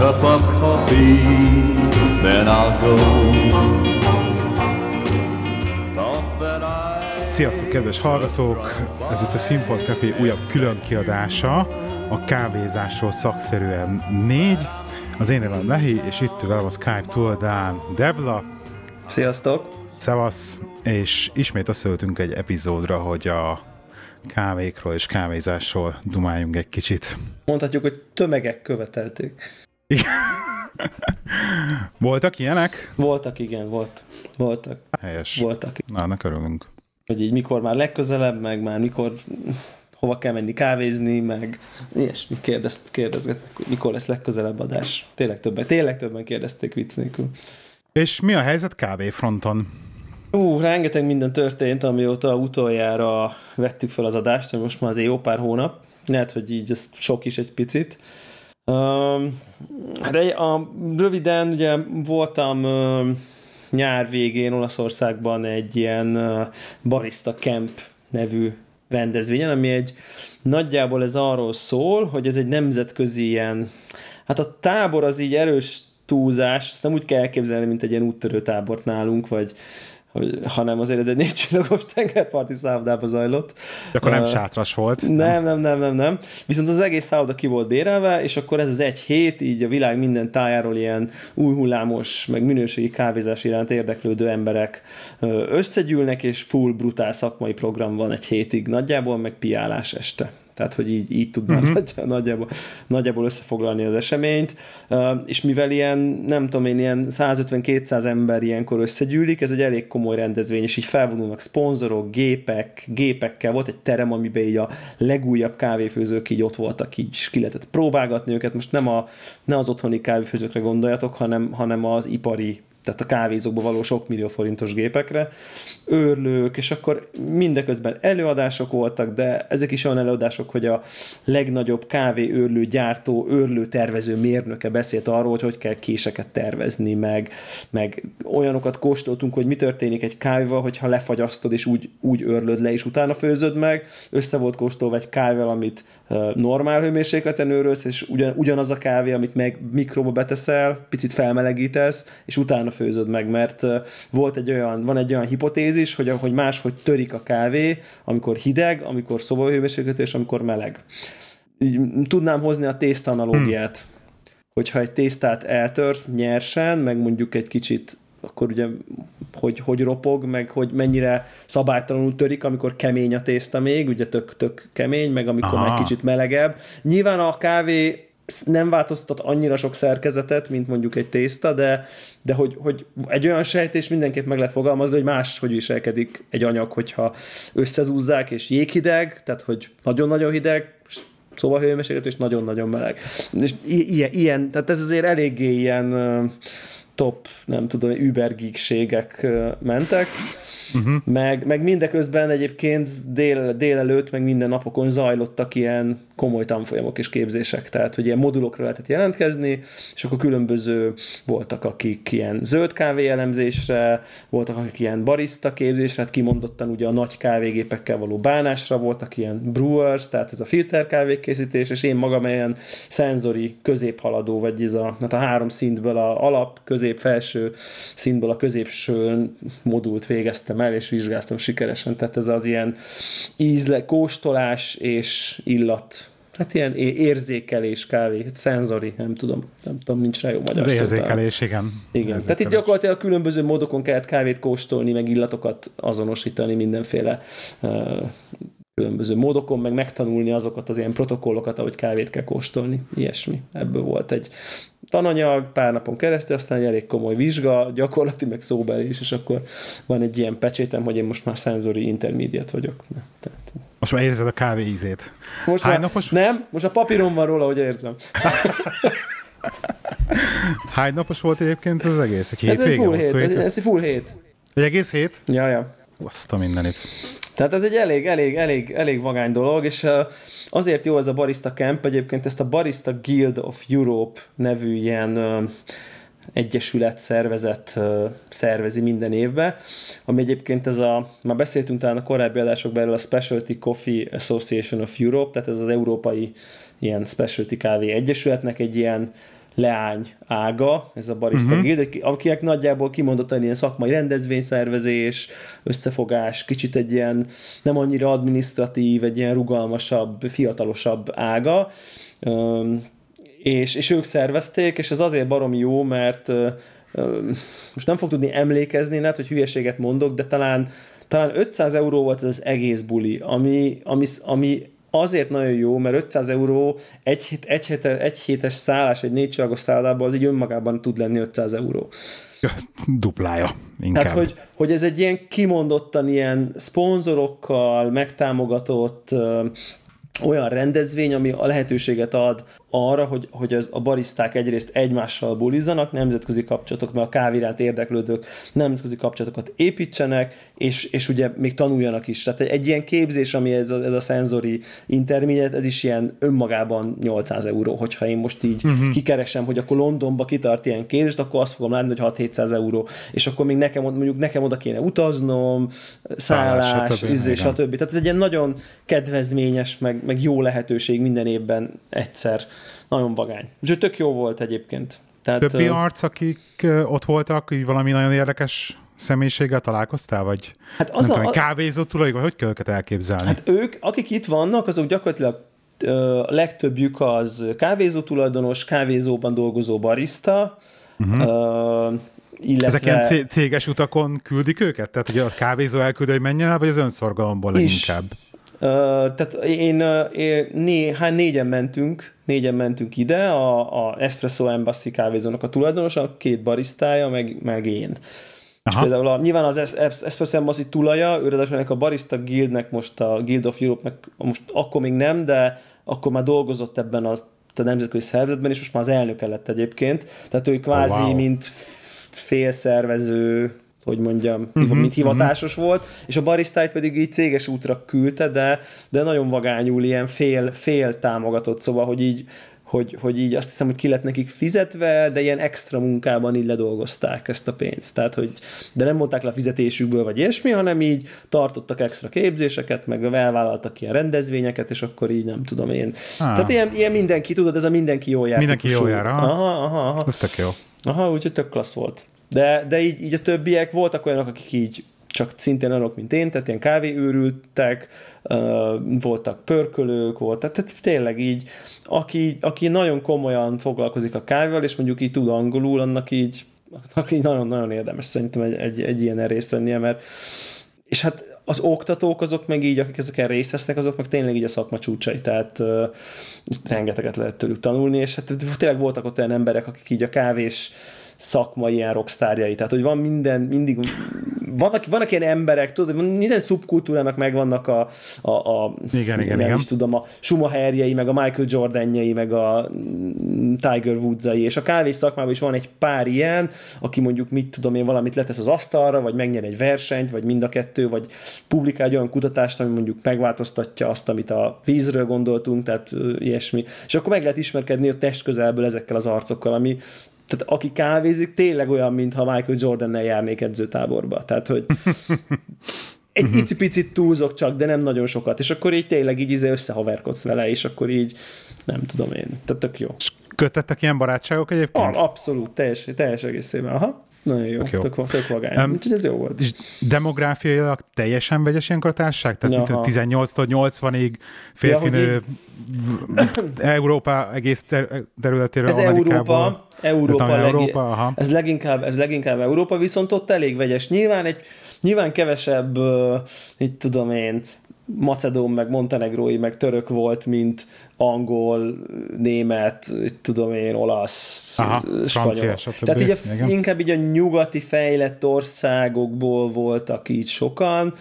cup of coffee, then I'll go. Sziasztok, kedves hallgatók! Ez itt a Színfolt Café újabb külön kiadása, a kávézásról szakszerűen 4. Az én nevem Lehi, és itt velem a Skype túloldán Devla. Sziasztok! Szevasz! És ismét összeültünk egy epizódra, hogy a kávékról és kávézásról dumáljunk egy kicsit. Mondhatjuk, hogy tömegek követelték. Voltak ilyenek? Voltak, igen, voltak. Helyes. Voltak. Na, annak örülünk. Hogy így mikor már legközelebb, meg már mikor hova kell menni kávézni, meg ilyesmi kérdezgetnek, hogy mikor lesz legközelebb adás. Tényleg többen kérdezték vicc nélkül. És mi a helyzet kávéfronton? Rengeteg minden történt, amióta utoljára vettük fel az adást, hogy most már azért jó pár hónap. Lehet, hogy így ez sok is egy picit. Röviden, ugye voltam nyár végén Olaszországban egy ilyen Barista Camp nevű rendezvényen, ami egy nagyjából ez arról szól, hogy ez egy nemzetközi ilyen, hát a tábor az így erős túlzás, ezt nem úgy kell elképzelni, mint egy ilyen úttörő tábort nálunk, hanem azért ez egy 4 csillagos tengerparti szállodában zajlott. Akkor nem sátras volt. Nem. Viszont az egész szálloda ki volt bérelve, és akkor ez az egy hét, így a világ minden tájáról ilyen új hullámos, meg minőségi kávézás iránt érdeklődő emberek összegyűlnek, és full brutál szakmai program van egy hétig nagyjából, meg piálás este. Tehát, hogy így tudnám nagyjából összefoglalni az eseményt, és mivel ilyen, nem tudom én, ilyen 150-200 ember ilyenkor összegyűlik, ez egy elég komoly rendezvény, és így felvonulnak szponzorok, gépekkel, volt egy terem, amiben így a legújabb kávéfőzők így ott voltak, így is ki lehetett próbálgatni őket, most ne az otthoni kávéfőzőkre gondoljatok, hanem az ipari, tehát a kávézókba való sok millió forintos gépekre, őrlők, és akkor mindeközben előadások voltak, de ezek is olyan előadások, hogy a legnagyobb kávéőrlő gyártó, őrlő tervező mérnöke beszélt arról, hogy kell késeket tervezni, meg olyanokat kóstoltunk, hogy mi történik egy kávéval, hogyha lefagyasztod, és úgy őrlöd le, és utána főzöd meg. Össze volt kóstolva egy kávéval, amit normál hőmérsékleten őrölsz, és ugyanaz a kávé, amit meg mikróba beteszel, picit felmelegítesz, és utána főzöd meg, mert van egy olyan hipotézis, hogy máshogy törik a kávé, amikor hideg, amikor szobahőmérsékletű, és amikor meleg. Így tudnám hozni a tészta analógiát, hogyha egy tésztát eltörsz nyersen, meg mondjuk egy kicsit, akkor ugye hogy ropog, meg hogy mennyire szabálytalanul törik, amikor kemény a tészta még, ugye tök kemény, meg amikor már kicsit melegebb. Nyilván a kávé nem változtat annyira sok szerkezetet, mint mondjuk egy tészta, de hogy egy olyan sejtés mindenképp meg lehet fogalmazni, hogy máshogy viselkedik egy anyag, hogyha összezúzzák, és jéghideg, tehát hogy nagyon-nagyon hideg, szobahőmérséklet, és nagyon-nagyon meleg. És ilyen, tehát ez azért eléggé ilyen top, nem tudom, übergeekségek mentek, meg mindeközben egyébként délelőtt, meg minden napokon zajlottak ilyen komoly tanfolyamok és képzések, tehát hogy ilyen modulokra lehetett jelentkezni, és akkor különböző voltak, akik ilyen zöld kávé elemzésre, voltak, akik ilyen barista képzésre, hát kimondottan ugye a nagy kávégépekkel való bánásra, voltak ilyen brewers, tehát ez a filter kávékészítés, és én magam ilyen szenzori középhaladó, vagy ez a 3 szintből a alap, közép, felső szintből a középső modult végeztem el, és vizsgáztam sikeresen, tehát ez az ilyen kóstolás és illat, hát ilyen érzékelés kávé, szenzori, nem tudom, nincs rá jó magyar szó. Az érzékelés, igen. Tehát itt gyakorlatilag különböző módokon kellett kávét kóstolni, meg illatokat azonosítani mindenféle különböző módokon, meg megtanulni azokat az ilyen protokollokat, ahogy kávét kell kóstolni, ilyesmi. Ebből volt egy tananyag, pár napon keresztül, aztán egy elég komoly vizsga, gyakorlati, meg szóbeli is, és akkor van egy ilyen pecsétem, hogy én most már szenzori intermediate vagyok. Most már érzed a kávé ízét. Napos? Nem, most a papíron van róla, hogy érzem. Hány napos volt egyébként az egész? Egy hétvége? Ez egy full hét. Egy egész hét? Ja. Azt a mindenit. Tehát ez egy elég vagány dolog, és azért jó ez a Barista Camp, egyébként ezt a Barista Guild of Europe nevű ilyen egyesület, szervezet szervezi minden évben, ami egyébként már beszéltünk talán a korábbi adásokban erről a Specialty Coffee Association of Europe, tehát ez az európai ilyen specialty kávé egyesületnek egy ilyen leány ága, ez a barista guild, akinek nagyjából kimondottan ilyen szakmai rendezvényszervezés, összefogás, kicsit egy ilyen nem annyira adminisztratív, egy ilyen rugalmasabb, fiatalosabb ága, és ők szervezték, és ez azért baromi jó, mert most nem fog tudni emlékezni, lehet, hogy hülyeséget mondok, de talán 500 euró volt ez az egész buli, ami azért nagyon jó, mert 500 euró egy hétes szállás, egy 4 csillagos szállodában az így önmagában tud lenni 500 euró. Duplája inkább. Tehát, hogy ez egy ilyen kimondottan ilyen szponzorokkal megtámogatott olyan rendezvény, ami a lehetőséget ad arra, hogy a bariszták egyrészt egymással bulizzanak, nemzetközi kapcsolatok, mert a kávé iránt érdeklődők nemzetközi kapcsolatokat építsenek, és ugye még tanuljanak is. Tehát egy ilyen képzés, ami ez a szenzori intermediate, ez is ilyen önmagában 800 euró, hogyha én most így kikeresem, hogy akkor Londonba kitart ilyen képzést, akkor azt fogom látni, hogy 6-700 euró, és akkor még nekem oda kéne utaznom, szállás, stb. Tehát ez egy ilyen nagyon kedvezményes, meg jó lehetőség minden évben egyszer. Nagyon vagány. És tök jó volt egyébként. Tehát, többi arc, akik ott voltak, hogy valami nagyon érdekes személyiséggel találkoztál, vagy hát kávézó tulaj, vagy hogy kell őket elképzelni? Hát ők, akik itt vannak, azok gyakorlatilag a legtöbbjük az kávézó tulajdonos, kávézóban dolgozó barista, illetve... Ezek ilyen céges utakon küldik őket? Tehát, hogy a kávézó elküld, hogy menjen el, vagy az önszorgalomból leginkább? Tehát négyen mentünk ide, a Espresso Embassy kávézónak a tulajdonosa, 2 barisztája, meg én. És például nyilván az Espresso Embassy tulaja, őredesenek a Barista Guildnek, most a Guild of Europe-nek, most akkor még nem, de akkor már dolgozott ebben a nemzetközi szervezetben, és most már az elnöke lett egyébként. Tehát ő kvázi, mint félszervező, hogy mondjam, mint hivatásos volt, és a barisztáit pedig így céges útra küldte, de nagyon vagányul, ilyen fél támogatott, szóval, hogy így azt hiszem, hogy ki lett nekik fizetve, de ilyen extra munkában így ledolgozták ezt a pénzt. Tehát, de nem mondták le a fizetésükből, vagy ilyesmi, hanem így tartottak extra képzéseket, meg elvállaltak ilyen rendezvényeket, és akkor így nem tudom én. Tehát ilyen mindenki, tudod, ez a mindenki jól jár. Mindenki jól jár, aha. Ez tök jó. Aha, úgyhogy tök klassz volt. De így a többiek voltak olyanok, akik így csak szintén olyanok, mint én, tehát ilyen kávéőrültek, voltak pörkölők, tehát tényleg így, aki nagyon komolyan foglalkozik a kávéval, és mondjuk így tud angolul, annak így nagyon-nagyon érdemes szerintem egy ilyen részt vennie, mert és hát az oktatók azok meg így, akik ezeken részt vesznek, azok meg tényleg így a szakma csúcsai, tehát rengeteget lehet tőlük tanulni, és hát tényleg voltak ott olyan emberek, akik így a kávés szakma ilyen rockstárjai, tehát hogy van mindig vannak ilyen emberek, tudod, minden szubkultúrának megvannak igen. is tudom, a Schumacherjei, meg a Michael Jordanjei, meg a Tiger Woodsai, és a kávés szakmában is van egy pár ilyen, aki mondjuk mit tudom én valamit letesz az asztalra, vagy megnyer egy versenyt, vagy mind a kettő, vagy publikál egy olyan kutatást, ami mondjuk megváltoztatja azt, amit a vízről gondoltunk, tehát ilyesmi. És akkor meg lehet ismerkedni a test közelből ezekkel az arcokkal, ami tehát aki kávézik, tényleg olyan, mintha Michael Jordannel járnék edzőtáborba. Tehát, hogy egy icipicit túlzok csak, de nem nagyon sokat. És akkor így tényleg így összehaverkodsz vele, és akkor így nem tudom én. Tehát tök jó. Kötöttek ilyen barátságok egyébként? Abszolút, teljes egészében. Aha. Nagyon jó, tök vagány. Úgyhogy ez jó volt. És demográfiailag teljesen vegyes ilyenkor a társaság? Tehát 18-tól 80-ig férfinő Európa egész területéről, ez Amerikából. Európa. Ez leginkább Európa, viszont ott elég vegyes. Nyilván kevesebb, mit tudom én, macedón, meg montenegrói, meg török volt, mint angol, német, tudom én, olasz, spanyol. Tehát így inkább így a nyugati fejlett országokból voltak így sokan,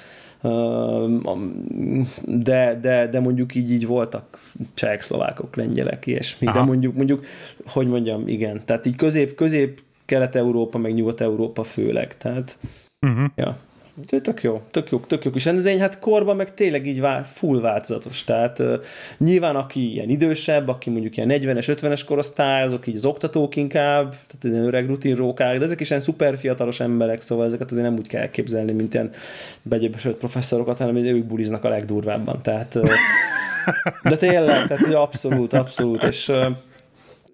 de mondjuk így voltak csehek, szlovákok, lengyelek, ilyesmi. De mondjuk, hogy mondjam, igen. Tehát így közép-kelet-európa, meg nyugat-európa főleg. Tehát, ja. Tök jó. És ez hát korban meg tényleg így full változatos. Tehát nyilván aki ilyen idősebb, aki mondjuk ilyen 40-es, 50-es korosztály, azok így az oktatók inkább, tehát ilyen öreg rutinrókák, de ezek is ilyen szuper fiatalos emberek, szóval ezeket azért nem úgy kell elképzelni, mint ilyen begyöbösölt professzorokat, hanem hogy ők buliznak a legdurvábban. Tehát, de tényleg, tehát hogy abszolút, és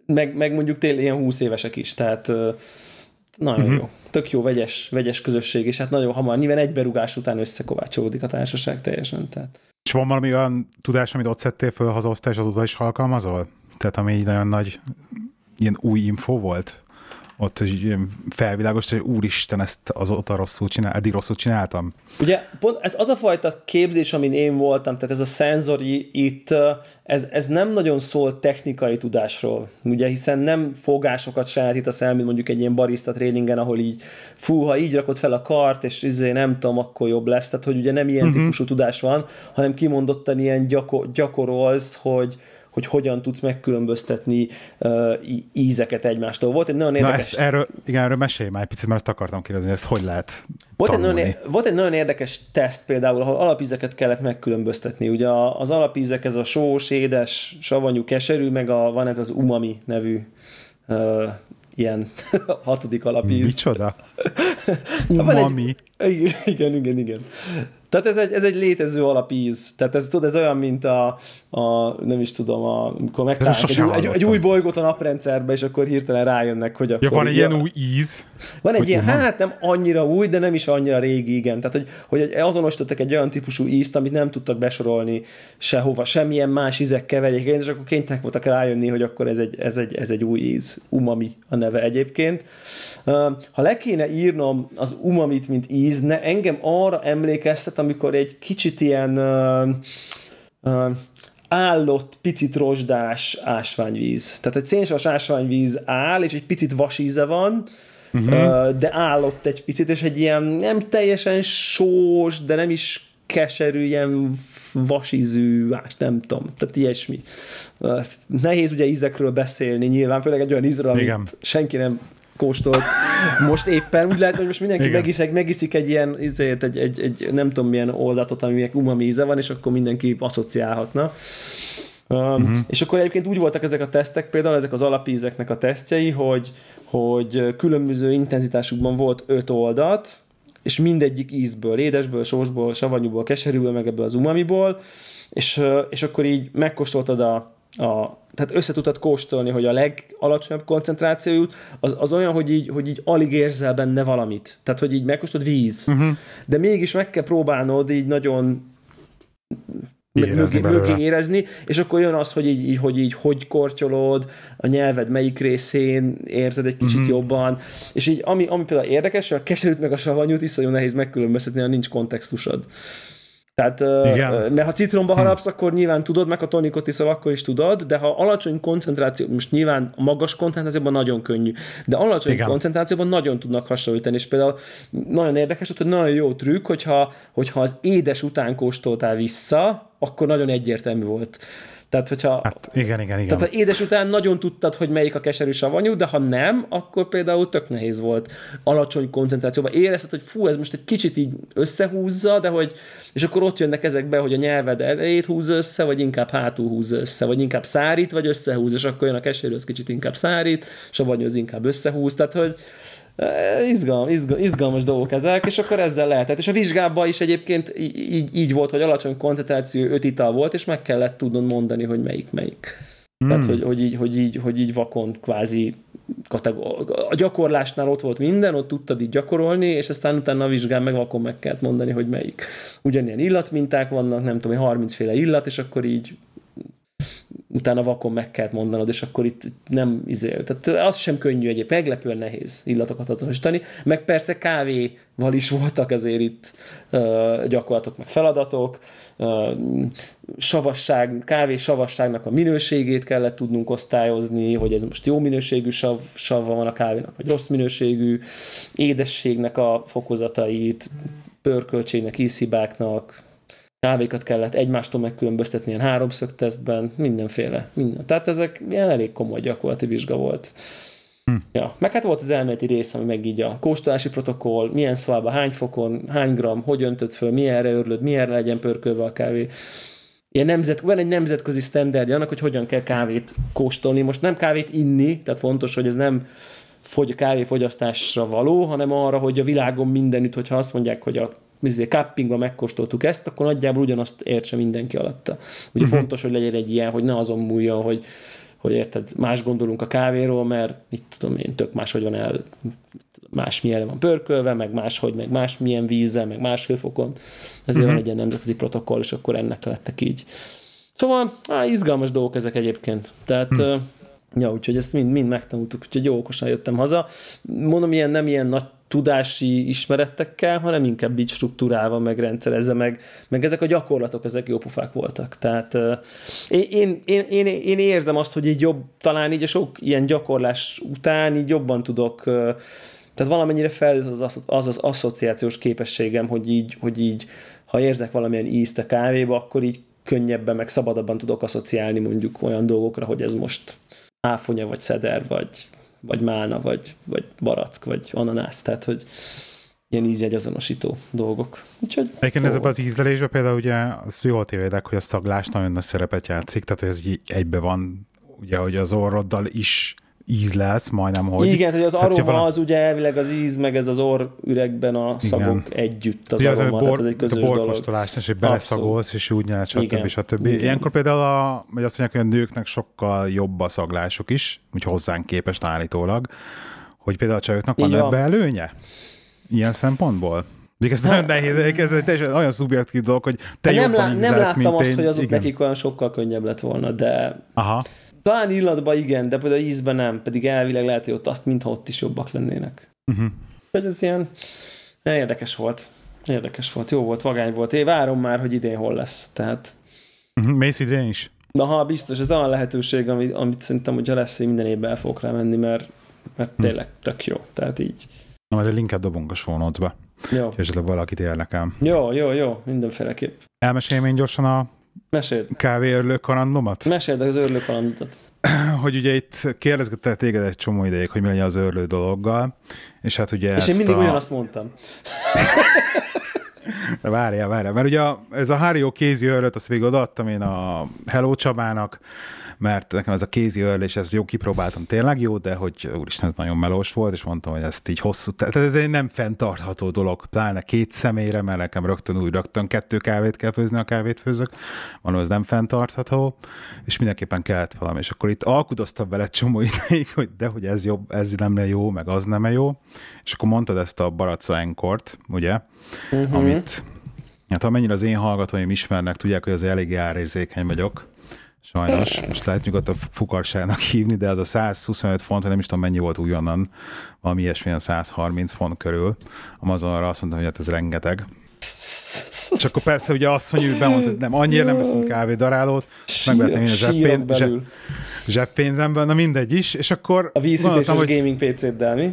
meg mondjuk tényleg ilyen 20 évesek is, tehát nagyon jó. Tök jó vegyes közösség, és hát nagyon hamar, nyilván egy berugás után összekovácsolódik a társaság teljesen. Tehát. És van valami olyan tudás, amit ott szedtél föl, hazahoztál, és azóta is alkalmazol? Tehát ami így nagyon nagy ilyen új info volt? Ott felvilágos, hogy úristen, ezt azóta eddig rosszul csináltam. Ugye pont ez az a fajta képzés, amin én voltam, tehát ez a szenzori itt, ez nem nagyon szól technikai tudásról, ugye, hiszen nem fogásokat sajátítasz el, mint mondjuk egy ilyen barista tréningen, ahol így, ha így rakod fel a kart, és nem tudom, akkor jobb lesz, tehát hogy ugye nem ilyen típusú tudás van, hanem kimondottan ilyen gyakorolsz, hogy hogyan tudsz megkülönböztetni ízeket egymástól. Volt egy nagyon érdekes... erről mesélj már egy picit, mert ezt akartam kérdezni, ezt hogy lehet Volt egy nagyon érdekes teszt például, ahol alapízeket kellett megkülönböztetni. Ugye az alapízek, ez a sós, édes, savanyú, keserű, meg van ez az umami nevű ilyen 6. alapíz. Micsoda? Umami? Igen. Tehát ez egy létező alapíz. Tehát ez olyan, mint nem is tudom, amikor megtalálják egy új bolygót a naprendszerbe, és akkor hirtelen rájönnek, hogy akkor... Ja, van egy ilyen új íz? Van egy ilyen, hát nem annyira új, de nem is annyira régi, igen. Tehát, hogy azonosítottak egy olyan típusú ízt, amit nem tudtak besorolni sehova, semmilyen más ízek keverékén, és akkor kénytelenek voltak rájönni, hogy akkor ez egy új íz. Umami a neve egyébként. Ha le kéne írnom az umamit, mint íz, engem arra emlékeztet, amikor egy kicsit ilyen állott, picit rozsdás ásványvíz. Tehát egy szénsavas ásványvíz áll, és egy picit vasíze van, de állott egy picit, és egy ilyen nem teljesen sós, de nem is keserű, ilyen vasízű, nem tudom, tehát ilyesmi. Nehéz ugye ízekről beszélni nyilván, főleg egy olyan ízről, amit senki nem kóstolt most éppen. Úgy lehet, hogy most mindenki megiszik egy ilyen egy nem tudom milyen oldatot, aminek umami íze van, és akkor mindenki asszociálhatna. És akkor egyébként úgy voltak ezek a tesztek, például ezek az alapízeknek a tesztjei, hogy különböző intenzitásukban volt 5 oldat, és mindegyik ízből, édesből, sósból, savanyúból, keserűből, meg ebből az umamiból, és akkor így megkóstoltad tehát össze tudtad kóstolni, hogy a legalacsonyabb koncentráció jut, az olyan, hogy így alig érzel benne valamit. Tehát, hogy így megkóstolod víz. De mégis meg kell próbálnod így nagyon mögé érezni, és akkor jön az, hogy kortyolod, a nyelved melyik részén érzed egy kicsit jobban, és így ami például érdekes, hogy a keserűt meg a savanyút iszonyú nehéz megkülönböztetni, ha nincs kontextusod. Tehát, mert ha citromba harapsz, akkor nyilván tudod, meg ha tonikot iszol, akkor is tudod, de ha alacsony koncentráció, most nyilván a magas koncentrációban nagyon könnyű, de alacsony koncentrációban nagyon tudnak hasonlítani, és például nagyon érdekes, hogy nagyon jó trükk, hogyha az édes után kóstoltál vissza, akkor nagyon egyértelmű volt. Tehát, hogyha igen. Tehát, ha édes után nagyon tudtad, hogy melyik a keserű savanyú, de ha nem, akkor például tök nehéz volt alacsony koncentrációban. Érezted, hogy fú, ez most egy kicsit így összehúzza, de hogy, és akkor ott jönnek ezekbe, hogy a nyelved elejét húzza össze, vagy inkább hátul húzza össze, vagy inkább szárít, vagy összehúz, és akkor jön a keserű, az kicsit inkább szárít, savanyú az inkább összehúz, tehát, hogy izgalmas dolgok ezek, és akkor ezzel lehetett. És a vizsgában is egyébként így volt, hogy alacsony koncentráció 5 ital volt, és meg kellett tudnod mondani, hogy melyik. Tehát, hogy így vakon kvázi a gyakorlásnál ott volt minden, ott tudtad így gyakorolni, és aztán utána a vizsgán meg vakon meg kellett mondani, hogy melyik. Ugyanilyen illatminták vannak, nem tudom, 30 féle illat, és akkor így utána vakon meg kellett mondanod, és akkor itt nem tehát az sem könnyű egyébként, meglepően nehéz illatokat azonosítani, meg persze kávéval is voltak azért itt gyakorlatok, meg feladatok, kávé savasságnak a minőségét kellett tudnunk osztályozni, hogy ez most jó minőségű savva van a kávénak, vagy rossz minőségű, édességnek a fokozatait, pörköltségnek, ízhibáknak, kávékat kellett egymástól megkülönböztetni ilyen 3-szög tesztben, mindenféle. Tehát ezek ilyen elég komoly gyakorlati vizsga volt. Ja. Meg hát volt az elméleti rész, ami meg így a kóstolási protokoll, milyen szobában, hány fokon, hány gram, hogy öntöd föl, milyenre örlöd, milyenre legyen pörkölve a kávé. Van egy nemzetközi sztenderdje annak, hogy hogyan kell kávét kóstolni. Most nem kávét inni, tehát fontos, hogy ez nem kávéfogyasztásra való, hanem arra, hogy a világon mindenütt, hogyha azt mondják, hogy a cuppingban megkóstoltuk ezt, akkor nagyjából ugyanazt értse mindenki alatta. Ugye fontos, hogy legyen egy ilyen, hogy ne azon múljon, hogy hogy érted, más gondolunk a kávéról, mert mit tudom én, tök máshogy van más milyen van pörkölve, meg máshogy, meg más milyen vízzel, meg más hőfokon. Ezért van egy ilyen nemzetközi protokoll, és akkor ennek lettek így. Szóval izgalmas dolgok ezek egyébként. Tehát ja, úgyhogy ezt mind megtanultuk, úgyhogy jó okosan jöttem haza. Mondom, nem ilyen nagy tudási ismeretekkel, hanem inkább így struktúrálva, meg rendszerezve, meg ezek a gyakorlatok, ezek jó pufák voltak. Tehát én érzem azt, hogy így jobb, talán így a sok ilyen gyakorlás után így jobban tudok, tehát valamennyire fel az asszociációs képességem, hogy így ha érzek valamilyen ízt a kávéba, akkor így könnyebben, meg szabadabban tudok asszociálni mondjuk olyan dolgokra, hogy ez most áfonya, vagy szeder, vagy málna, vagy barack, vagy ananász, tehát hogy ilyen ízjegyazonosító dolgok. Úgyhogy egyébként ezzel az ízlelésben például ugye azt jól tévedek, hogy a szaglás nagyon nagy szerepet játszik, tehát hogy ez egybe van, ugye, hogy az orroddal is ízlelsz, majdnem, hogy... Igen, hogy az aroma az ugye elvileg az íz, meg ez az orrüregben a szagok igen. Együtt az aroma, tehát ez egy közös dolog. A borkóstolás, és hogy beleszagolsz, és úgy nyeled, stb. Ilyenkor például hogy azt mondják, hogy a nőknek sokkal jobb a szaglásuk is, úgy hozzánk képest állítólag, hogy például a csajoknak van ebbe előnye? Ilyen szempontból? Ez nagyon nehéz, ez teljesen olyan szubjektív dolog, hogy te jobban ízlelsz, nem láttam mint azt, én. hogy azok nekik olyan sokkal könnyebb lett volna, de... Aha. Talán illatban igen, de például ízben nem, pedig elvileg lehet, hogy ott azt, mintha ott is jobbak lennének. Hogy ez ilyen érdekes volt. Érdekes volt, jó volt, vagány volt. Én várom már, hogy idén hol lesz. Tehát... Mész idén is? Na, biztos, ez olyan lehetőség, amit szerintem, hogyha lesz, én minden évben el fogok rá menni, mert tényleg tök jó. Tehát így. Na, majd a linket dobunk a show notes-ba. Jó. És esetleg valakit érdekel. Jó, mindenféleképp. Elmeséljem én gyorsan a Meséld. Kávéörlő karandomat? Meséld az örlő karandomat. Hogy ugye itt kérdezgettek téged egy csomó ideig, hogy mi legyen az örlő dologgal, és hát ugye és én mindig ugyanazt mondtam. Várjál, mert ugye ez a Hario kézi örlőt, azt végig odaadtam én a Hello Csabának, mert nekem ez a kézi örlés, ezt jó kipróbáltam, tényleg jó, de hogy úristen, ez nagyon melós volt, és mondtam, hogy ezt így hosszú, tehát ez egy nem fenntartható dolog, pláne 2 személyre, mert nekem rögtön 2 kávét kell főzni, a kávét főzök, mondom, ez nem fenntartható, és mindenképpen kellett valami, és akkor itt alkudoztam vele csomó ideig, hogy de hogy ez jobb, ez nem jó, meg az nem jó, és akkor mondtad ezt a Baratza Enkort, ugye, amit, hát amennyire az én hallgatóim ismernek, tudják, hogy az eléggé árérzékeny vagyok, sajnos, most lehet nyugodtan fukarságnak hívni, de az a 125 font, nem is tudom mennyi volt újonnan, valami ilyesmilyen 130 font körül. Amazonra azt mondtam, hogy hát ez rengeteg. És akkor persze ugye azt, hogy ő bemondta, hogy nem, annyira nem veszünk kávédarálót, megvettem én a zseppénzemből, na mindegy is, és akkor... A vízütéses hogy... gaming PC-ddel, mi?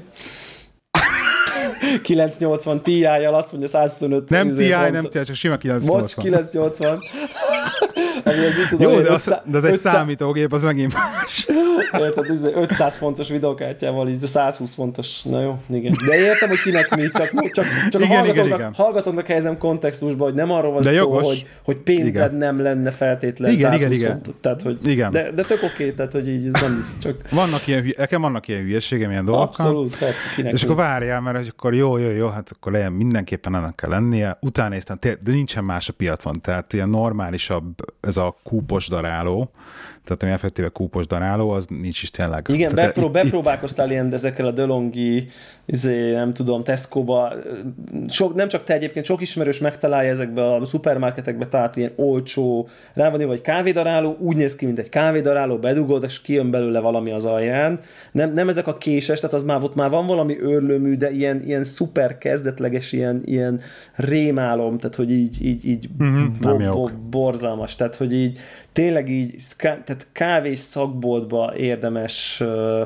980 Ti-jal azt mondja 125. Nem Ti, csak sima 980. Bocs, 980. Jó, de az egy számítógép, az megint más. Érted, 500 fontos videokártyával, így 120 fontos, na jó, igen. De értem, hogy kinek mi, csak igen, hallgatónak helyezem kontextusba, hogy nem arról van de szó, hogy pénzed igen. nem lenne feltétlen 120 font. Tehát, hogy, igen. De tök oké, tehát, hogy így ez nem is csak... Nekem vannak ilyen hülyeségem, ilyen dolgokkal. Abszolút, persze, kinek. És akkor várjál, mert akkor jó, hát akkor legyen, mindenképpen ennek kell lennie. Utána néztem, de nincsen más a piacon, tehát ilyen normálisabb ez a kúpos daráló, tehát ami effektíve kúpos daráló, az nincs is tényleg. Igen, bepróbálkoztál ilyen ezekkel a DeLonghi, nem tudom, Tesco-ba, nem csak te egyébként, sok ismerős megtalálja ezekbe a szupermarketekbe, tehát ilyen olcsó, rá van vagy kávédaráló, úgy néz ki, mint egy kávédaráló, bedugod, és kijön belőle valami az alján. Nem ezek a késes, tehát az már van valami őrlőmű, de ilyen szuper kezdetleges, ilyen rémálom, tehát hogy így borzalmas, tehát hogy így tényleg így, tehát kávés szakboltba érdemes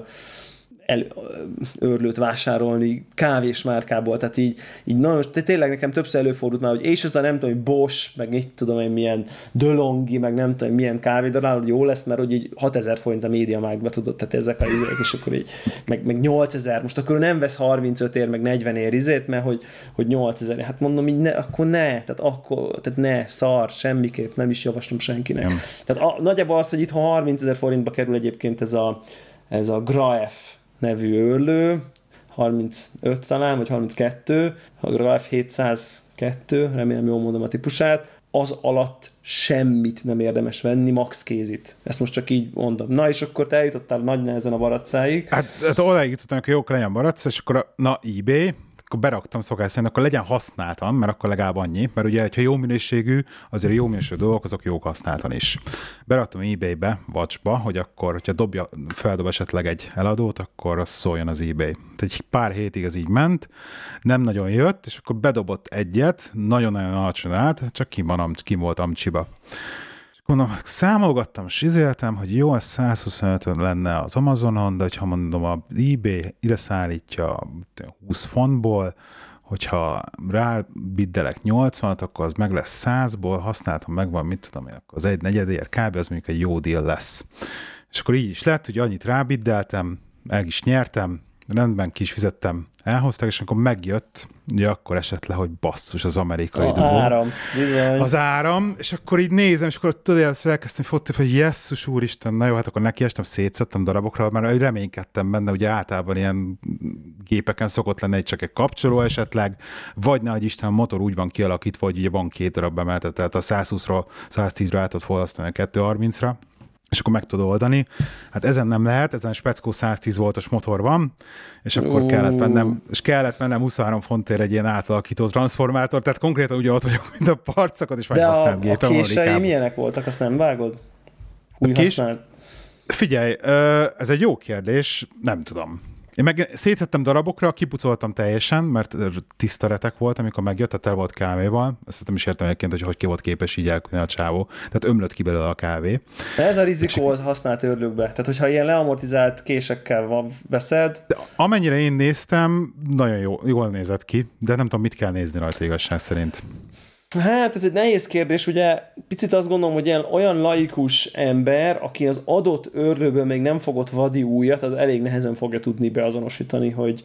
őrlőt vásárolni kávés márkából, tehát így nagyon, tényleg nekem többször előfordult már, hogy és ez a nem tudom, hogy Bosch, meg mit tudom én, milyen DeLonghi, meg nem tudom, milyen kávédaráló, jó lesz, mert hogy így 6000 forint a MediaMarktba tudod, tehát ezek a izék, és akkor így, meg 8000, most akkor nem vesz 35 ér, meg 40 ér izét, mert hogy 8000, hát mondom így, akkor ne, szar, semmiképp, nem is javaslom senkinek. Nem. Tehát nagyjából az, hogy itt 30 000 forintba kerül egyébként ez a Graef nevű őrlő, 35 talán, vagy 32, a Graef 702, remélem jól mondom a típusát, az alatt semmit nem érdemes venni, max kézit. Ezt most csak így mondom. Na, és akkor te eljutottál nagy nehezen a baracáig. Hát odáig jutottam, hogy jók legyen barac, és akkor eBay, akkor beraktam szokás szerint, akkor legyen használtan, mert akkor legalább annyi, mert ugye, ha jó minőségű, azért a jó minőségű dolgok, azok jók használtan is. Beraktam eBay-be, Watchba, hogy akkor, hogyha feldob esetleg egy eladót, akkor az szóljon az eBay. Tehát egy pár hétig ez így ment, nem nagyon jött, és akkor bedobott egyet, nagyon-nagyon alacsony állt, csak kim volt amcsiba. Mondom, számolgattam, és izéltem, hogy jó, ez 125 lenne az Amazonon, de hogyha mondom, az eBay ide szállítja 20 fontból, hogyha rábiddelek 80-at, akkor az meg lesz 100-ból, használtam, megvan, mit tudom én, akkor az egy negyedér kb. Az mondjuk egy jó deal lesz. És akkor így is lett, hogy annyit rábiddeltem, meg is nyertem, rendben ki is fizettem, elhozták, és akkor megjött, ugye akkor esett le, hogy basszus az amerikai dugó. Áram, bizony. Az áram, és akkor így nézem, és akkor tudod, elkezdtem fotni, hogy jesszus úristen, na jó, hát akkor nekiestem, szétszettem darabokra, mert reménykedtem benne, ugye általában ilyen gépeken szokott lenni csak egy kapcsoló esetleg, vagy nehogy Isten a motor úgy van kialakítva, hogy ugye van 2 darab bemelte, tehát a 120-ról 110-re át tudod forrasztani a 230-ra, és akkor meg tudod oldani. Hát ezen nem lehet, ezen speckó 110 voltos motor van, és akkor kellett vennem 23 fontért egy ilyen átalakító transformátor, tehát konkrétan ugye ott vagyok, mint a parcakot, és majd használt gépem. De a kései milyenek voltak, azt nem vágod? Új használt? Figyelj, ez egy jó kérdés, nem tudom. Én meg szétszettem darabokra, kipucoltam teljesen, mert tiszta retek volt, amikor megjött, tehát el volt kávéval. Ezt nem is értem egyébként, hogy ki volt képes így elkülni a csávó. Tehát ömlött ki belőle a kávé. De ez a rizikó az használt őrlőkbe. Tehát, hogyha ilyen leamortizált késekkel veszed... De amennyire én néztem, nagyon jól nézett ki, de nem tudom, mit kell nézni rajta igazság szerint. Hát ez egy nehéz kérdés, ugye picit azt gondolom, hogy olyan laikus ember, aki az adott őrlőből még nem fogott vadi újat, az elég nehezen fogja tudni beazonosítani, hogy...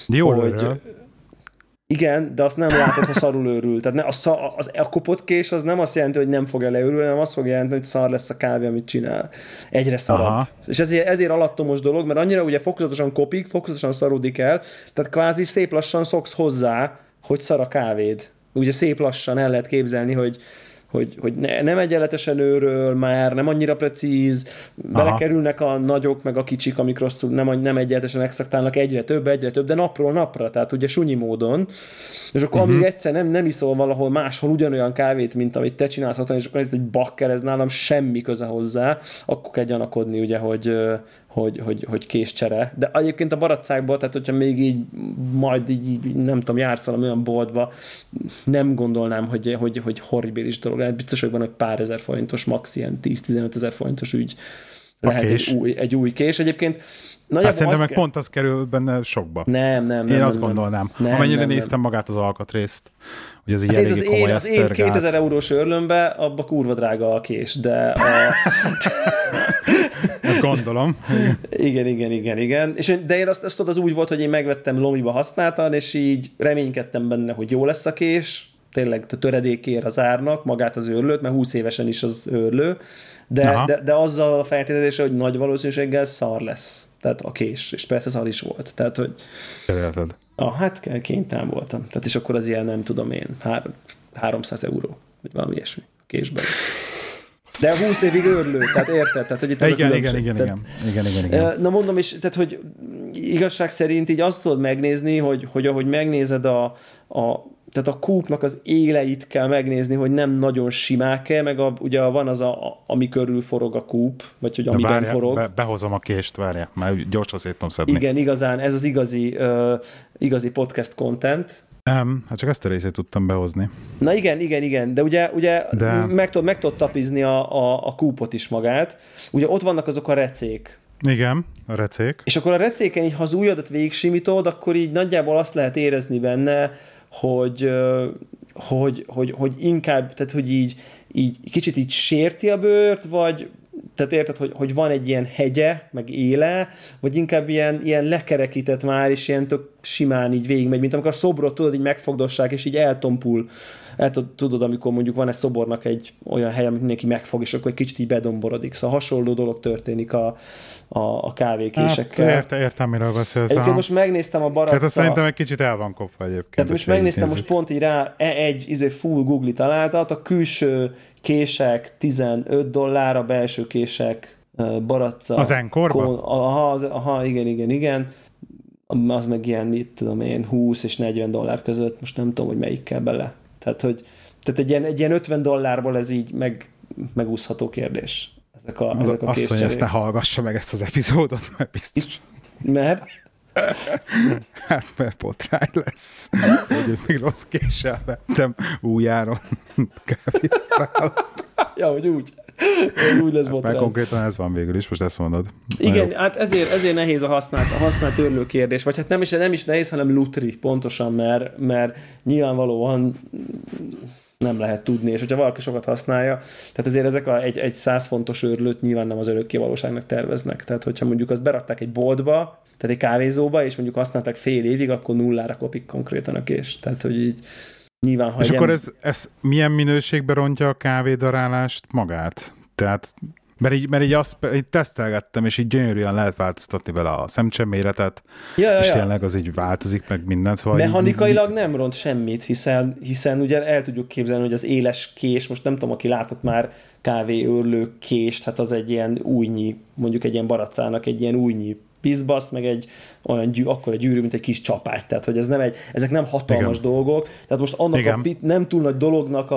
Igen, de azt nem látod, ha szarul őrül. Tehát a kopott kés az nem azt jelenti, hogy nem fogja leőrülni, hanem azt fogja jelenteni, hogy szar lesz a kávé, amit csinál. Egyre szarabb. Aha. És ezért alattomos dolog, mert annyira ugye fokozatosan kopik, fokozatosan szarodik el, tehát kvázi szép lassan szoksz hozzá, hogy szar a kávéd. Ugye szép lassan el lehet képzelni, hogy nem egyenletesen őről már, nem annyira precíz, belekerülnek a nagyok, meg a kicsik, amik rosszul, nem egyenletesen extraktálnak egyre több, de napról napra, tehát ugye sunyi módon, és akkor amíg egyszer nem iszol valahol máshol ugyanolyan kávét, mint amit te csinálsz otthon, és akkor nézd, hogy bakker, ez nálam semmi köze hozzá, akkor kell gyanakodni, ugye, hogy késcsere. De egyébként a baracákban, tehát hogyha még így majd így nem tudom, jársz valami olyan boltba, nem gondolnám, hogy horribilis dolog. Biztos, hogy van egy pár ezer forintos, max ilyen 10-15 ezer forintos ügy lehet egy új kés. Egyébként hát szerintem meg pont az kerül benne sokba. Nem. Én azt gondolnám. Amennyire néztem magát az alkatrészt, hogy ez így hát eléggé komoly az én 2000 eurós őrlömbe, abba kurva drága a kés, de... Ezt gondolom. Igen. De én azt tudod, az úgy volt, hogy én megvettem lomiba használtan, és így reménykedtem benne, hogy jó lesz a kés, tényleg a töredékért az árnak, magát az őrlőt, mert 20 évesen is az őrlő, de azzal a feltételezése, hogy nagy valószínűséggel szar lesz. Tehát a kés, és persze szar is volt. Tehát, hogy... Kerülheted. Hát kénytelen voltam. Tehát és akkor az ilyen, nem tudom én, 300 euró, vagy valami ilyesmi késben. De 20 évig őrlő, tehát érted? Tehát, hogy itt igen. Na mondom, és tehát, hogy igazság szerint így azt tudod megnézni, hogy ahogy megnézed tehát a kúpnak az éleit kell megnézni, hogy nem nagyon simák-e, meg ugye van az, ami körül forog a kúp, vagy hogy amiben forog. Behozom a kést, várjál, mert gyorsan szét tudom szedni. Igen, igazán, ez az igazi podcast content. Hát csak ezt a részét tudtam behozni. Na igen, de ugye meg tudod tapizni a kúpot is magát. Ugye ott vannak azok a recék. Igen, a recék. És akkor a recéken így, ha az ujjadat végig simítod, akkor így nagyjából azt lehet érezni benne, hogy inkább, tehát hogy így kicsit így sérti a bőrt, vagy tehát érted, hogy van egy ilyen hegye, meg éle, vagy inkább ilyen lekerekített már, és ilyen tök simán így végigmegy, mint amikor a szobrot tudod, így megfogdossák, és így eltompul tudod, amikor mondjuk van egy szobornak egy olyan hely, amit mindenki megfog, és akkor egy kicsit így bedomborodik. Szóval hasonló dolog történik a kávékésekkel. Hát, értem, miről beszélsz. Egyébként most megnéztem a Baratza... Tehát azt szerintem egy kicsit el van kopva egyébként. Tehát most megnéztem most pont így rá egy full Google találtat, a külső kések $15, a belső kések Baratza... Az Enkorban? Aha, igen. Az meg ilyen, mit tudom én, $20 és $40 között, most nem tudom, hogy melyik kell bele. Tehát egy ilyen $50 ez így megúszható kérdés. Ezek a azt készcserék. mondja, ezt ne hallgassa meg ezt az epizódot, mert biztos. Mert? Hát, mert botrány lesz. Hogy még rossz késsel vettem újjáron kávét. Ja, hogy úgy. Úgy lesz botrány. Mert konkrétan ez van végül is, most ezt mondod. Igen, hát ezért nehéz a használt örlő kérdés, vagy hát nem is nehéz, hanem lutri, pontosan, mert nyilvánvalóan nem lehet tudni, és hogyha valaki sokat használja, tehát azért ezek egy 100 fontos őrlőt nyilván nem az örökkévalóságnak terveznek. Tehát hogyha mondjuk azt berakták egy boltba, tehát egy kávézóba, és mondjuk használták fél évig, akkor nullára kopik konkrétan a kés. Tehát, hogy így nyilván... És akkor ez milyen minőségben rontja a kávédarálást magát? Tehát, mert így azt így tesztelgettem, és így gyönyörűen lehet változtatni vele a szemcseméretet, és tényleg az így változik meg minden. Szóval mechanikailag nem ront semmit, hiszen ugye el tudjuk képzelni, hogy az éles kés, most nem tudom, aki látott már kávéőrlő kést, hát az egy ilyen újnyi, mondjuk egy ilyen baracának egy ilyen újnyi piszbaszt, meg egy olyan akkora gyűrű, mint egy kis csapágy. Tehát, hogy ezek nem hatalmas dolgok. Tehát most annak nem túl nagy dolognak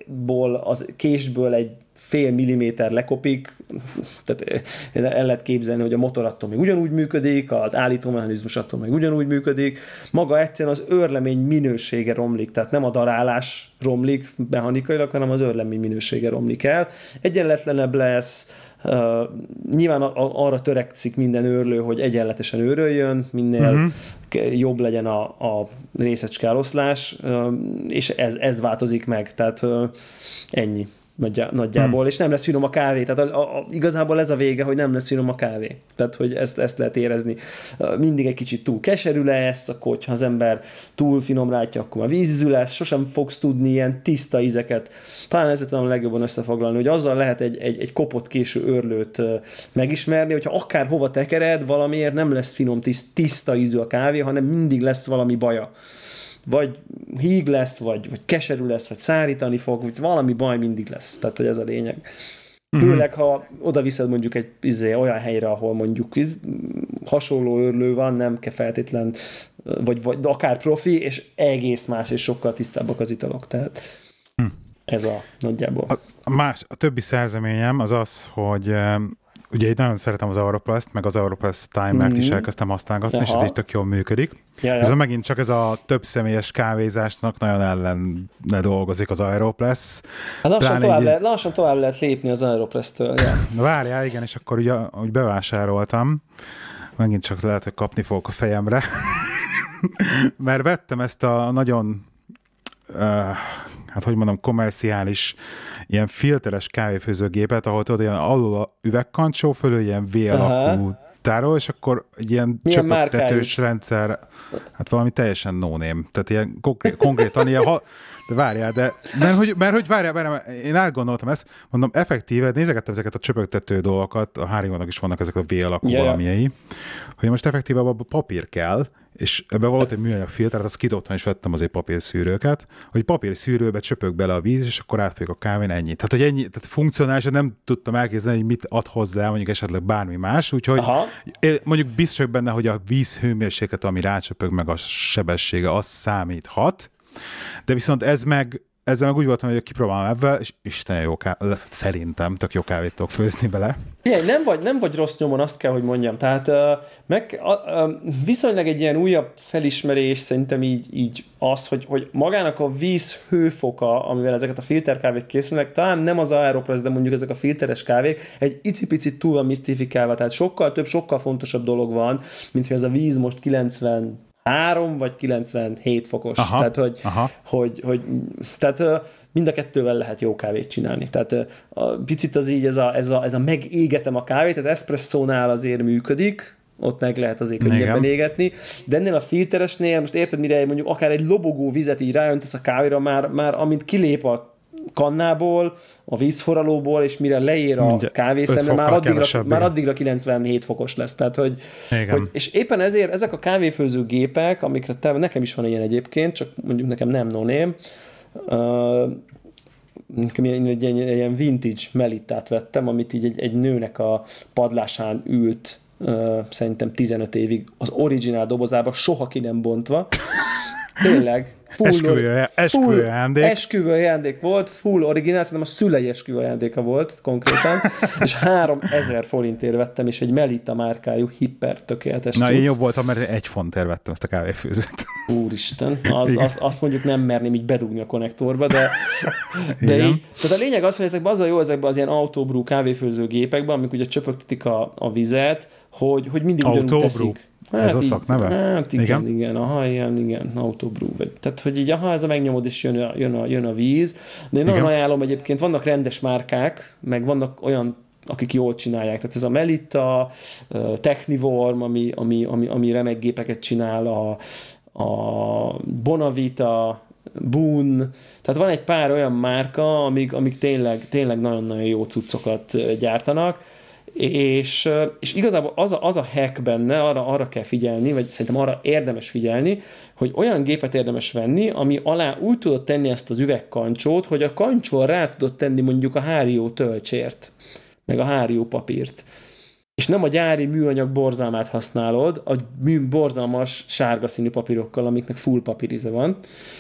az késből egy fél milliméter lekopik, tehát el lehet képzelni, hogy a motor attól még ugyanúgy működik, az állítómechanizmus attól még ugyanúgy működik, maga egyszerűen az őrlemény minősége romlik, tehát nem a darálás romlik mechanikailag, hanem az őrlemény minősége romlik el. Egyenletlenebb lesz, nyilván arra törekszik minden őrlő, hogy egyenletesen őröljön, minél jobb legyen a részecske eloszlás, és ez változik meg, tehát ennyi nagyjából, és nem lesz finom a kávé, tehát igazából ez a vége, hogy nem lesz finom a kávé, tehát hogy ezt lehet érezni. Mindig egy kicsit túl keserű lesz, akkor hogyha az ember túl finom rátja, akkor már vízízű lesz, sosem fogsz tudni ilyen tiszta ízeket. Talán ezzel tudom legjobban összefoglalni, hogy azzal lehet egy kopott késő őrlőt megismerni, hogyha akár hova tekered, valamiért nem lesz finom tiszta ízű a kávé, hanem mindig lesz valami baja. Vagy híg lesz, vagy keserű lesz, vagy szárítani fog, vagy valami baj mindig lesz. Tehát, hogy ez a lényeg. Főleg, ha oda viszed mondjuk egy olyan helyre, ahol mondjuk hasonló őrlő van, nem kell feltétlen, vagy akár profi, és egész más, és sokkal tisztábbak az italok. Tehát ez a nagyjából. A többi szerzeményem az az, hogy ugye én nagyon szeretem az Aeropress-t, meg az Aeropress Timert is elkezdtem használgatni, és ez így tök jól működik. Ez megint csak ez a több személyes kávézásnak nagyon ellene dolgozik az Aeropress. Lassan tovább lehet lépni az Aeropress-től. Várjál, igen, és akkor ugye úgy bevásároltam, megint csak lehet, hogy kapni fogok a fejemre, mert vettem ezt a nagyon kommerciális ilyen filteres kávéfőzőgépet, ahol tudod, ilyen alul a üvegkancsó, fölül ilyen V-alakú tárol, és akkor egy ilyen csöpögtetős rendszer, hát valami teljesen no-name. Tehát ilyen konkrétan ilyen, de várjál, mert hogy várjál, én átgondoltam ezt, mondom, effektíve, nézegettem ezeket a csöpögtető dolgokat, a Haribo-nak is vannak ezek a V-alakú valamiei, hogy most effektíve abban papír kell, és ebben volt egy műanyag filter, azt kidobtam, és vettem azért papírszűrőket, hogy papírszűrőbe csöpög bele a víz, és akkor átfolyik a kávén, ennyi. Tehát, hogy ennyi, tehát funkcionálisan nem tudtam elképzelni, hogy mit ad hozzá, mondjuk esetleg bármi más, úgyhogy mondjuk biztos vagyok benne, hogy a víz hőmérséklet, ami rácsöpög, meg a sebessége, az számíthat, de viszont ezzel meg úgy voltam, hogy kipróbálom ebben, és Isten jó szerintem tök jó kávét tudok főzni bele. Igen, nem vagy rossz nyomon, azt kell, hogy mondjam. Tehát viszonylag egy ilyen újabb felismerés szerintem így az, hogy magának a víz hőfoka, amivel ezeket a filterkávék készülnek, talán nem az Aeropress, de mondjuk ezek a filteres kávék egy icipicit túl van misztifikálva, tehát sokkal több, sokkal fontosabb dolog van, mint hogy ez a víz most 93 vagy 97 fokos. Tehát mind a kettővel lehet jó kávét csinálni. Tehát picit az így, ez a megégetem a kávét, az eszpresszónál azért működik, ott meg lehet azért könnyebben égetni, de ennél a filteresnél, most érted, mire mondjuk akár egy lobogó vizet így ráöntesz a kávéra, már amint kilép a kannából, a vízforralóból, és mire leér a kávészemre, már addigra 97 fokos lesz. Tehát, hogy, és éppen ezért ezek a kávéfőző gépek, amikre nekem is van ilyen egyébként, csak mondjuk nekem nem no-name, nekem egy ilyen vintage Melittát vettem, amit így egy nőnek a padlásán ült szerintem 15 évig az originál dobozába, soha ki nem bontva. Tényleg. Esküvő ajándék volt, full originál, szerintem a szülei esküvő ajándéka volt konkrétan, és 3000 forintért vettem, és egy Melitta márkájú hiper tökéletes cucc. Na, én jobb voltam, mert 1 fontért vettem ezt a kávéfőzőt. Úristen, azt mondjuk nem merném így bedugni a konnektorba, de így. Tehát a lényeg az, hogy ezekben az a jó, ezekben az ilyen autobrew kávéfőző gépekben, amik ugye csöpögtetik a vizet, hogy mindig ugyanúgy teszik. Hát ez a szakneve? Hát igen, igen, autobrew. Tehát, hogy így, ez a megnyomod, és jön a víz. De én nagyon ajánlom egyébként, vannak rendes márkák, meg vannak olyan, akik jól csinálják. Tehát ez a Melitta, Technivorm, ami remek gépeket csinál, a Bonavita, Boone, tehát van egy pár olyan márka, amik tényleg nagyon-nagyon jó cuccokat gyártanak, és igazából az a hack benne, arra kell figyelni, vagy szerintem arra érdemes figyelni, hogy olyan gépet érdemes venni, ami alá úgy tudod tenni ezt az üvegkancsót, hogy a kancsón rá tudod tenni mondjuk a hárió tölcsért, meg a hárió papírt. És nem a gyári műanyag borzalmát használod, a borzalmas sárga színű papírokkal, amiknek full papírize van,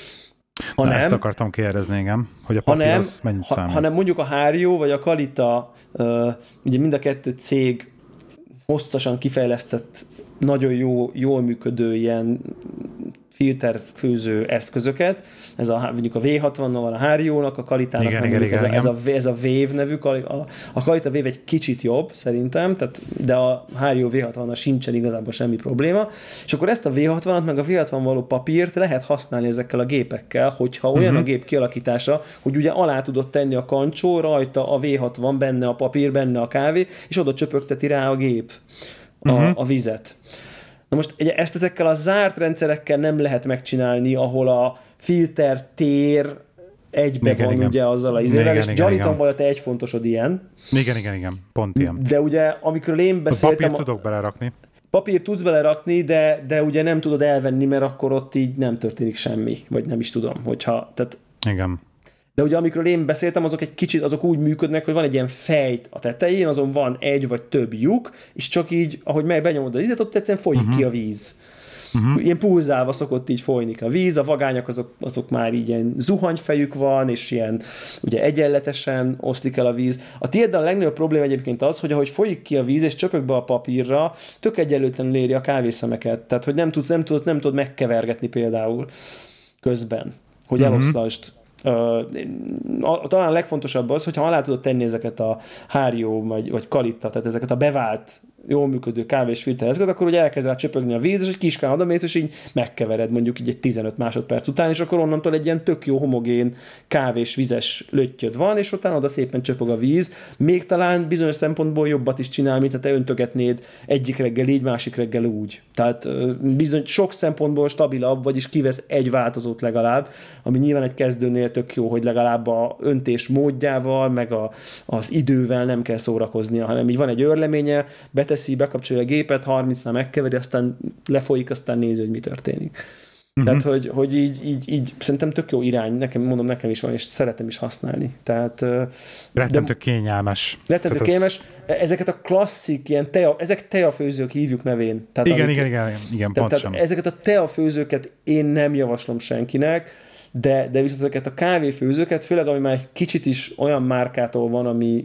ezt akartam kérdezni, igen, hogy a papír az mennyit számít. Hanem mondjuk a Hario vagy a Kalita, ugye mind a kettő cég hosszasan kifejlesztett, nagyon jól működő ilyen filterfőző eszközöket. Ez mondjuk a V60-nal van a Hario-nak, a Kalitának ez a Wave nevű, a Kalita Wave egy kicsit jobb szerintem, de a Hario V60-nal sincsen igazából semmi probléma, és akkor ezt a V60-at meg a V60 való papírt lehet használni ezekkel a gépekkel, hogyha olyan a gép kialakítása, hogy ugye alá tudod tenni a kancsó, rajta a V60, benne a papír, benne a kávé, és oda csöpögteti rá a gép a vizet. Na most ezt ezekkel a zárt rendszerekkel nem lehet megcsinálni, ahol a filter tér egybe van ugye azzal a izével, és gyanítom, hogy a te egy fontosod ilyen. Igen, pont ilyen. De ugye, amikor én beszéltem... Papírt tudok belerakni. Papírt tudsz belerakni, de ugye nem tudod elvenni, mert akkor ott így nem történik semmi, vagy nem is tudom, hogyha... Tehát... Igen. De ugye amikről én beszéltem, azok úgy működnek, hogy van egy ilyen fejt a tetején, azon van egy vagy több lyuk, és csak így, ahogy benyomod az ízet, ott egyszerűen folyik ki a víz. Ilyen pulzálva szokott így folyni a víz, a vagányok azok már így ilyen zuhanyfejük van, és ilyen ugye egyenletesen oszlik el a víz. A tiéddel a legnagyobb probléma egyébként az, hogy ahogy folyik ki a víz, és csöpög be a papírra, tök egyenlőtlenül éri a kávészemeket. Tehát, hogy nem tudod megkevergetni például közben, hogy eloszlasd. Talán a legfontosabb az, hogyha alá tudod tenni ezeket a Hario vagy Kalita, tehát ezeket a bevált, jól működő kávés filterezeket, akkor ugye elkezd rá csöpögni a víz, és egy kiskán odamész, és így megkevered mondjuk így egy 15 másodperc után, és akkor onnantól egy ilyen tök jó homogén kávés vizes löttyöd van, és utána oda szépen csöpög a víz. Még talán bizonyos szempontból jobbat is csinál, mint ha te öntögetnéd egyik reggel így, másik reggel úgy. Tehát bizony sok szempontból stabilabb, vagyis kivesz egy változót legalább, ami nyilván egy kezdőnél tök jó, hogy legalább a öntés módjával, meg az idővel nem kell szórakoznia, hanem így van egy őrleménye, beteszi, bekapcsolja a gépet, 30-nál megkeveri, aztán lefolyik, aztán nézi, hogy mi történik. Tehát, hogy így szerintem tök jó irány, nekem is van, és szeretem is használni. Tehát... Rettentő kényelmes. Rettentő kényelmes. Ezeket a klasszik, ilyen ezek teafőzők hívjuk nevén. Tehát igen, pontosan. Ezeket a teafőzőket én nem javaslom senkinek, de viszont ezeket a kávéfőzőket, főleg ami már egy kicsit is olyan márkától van,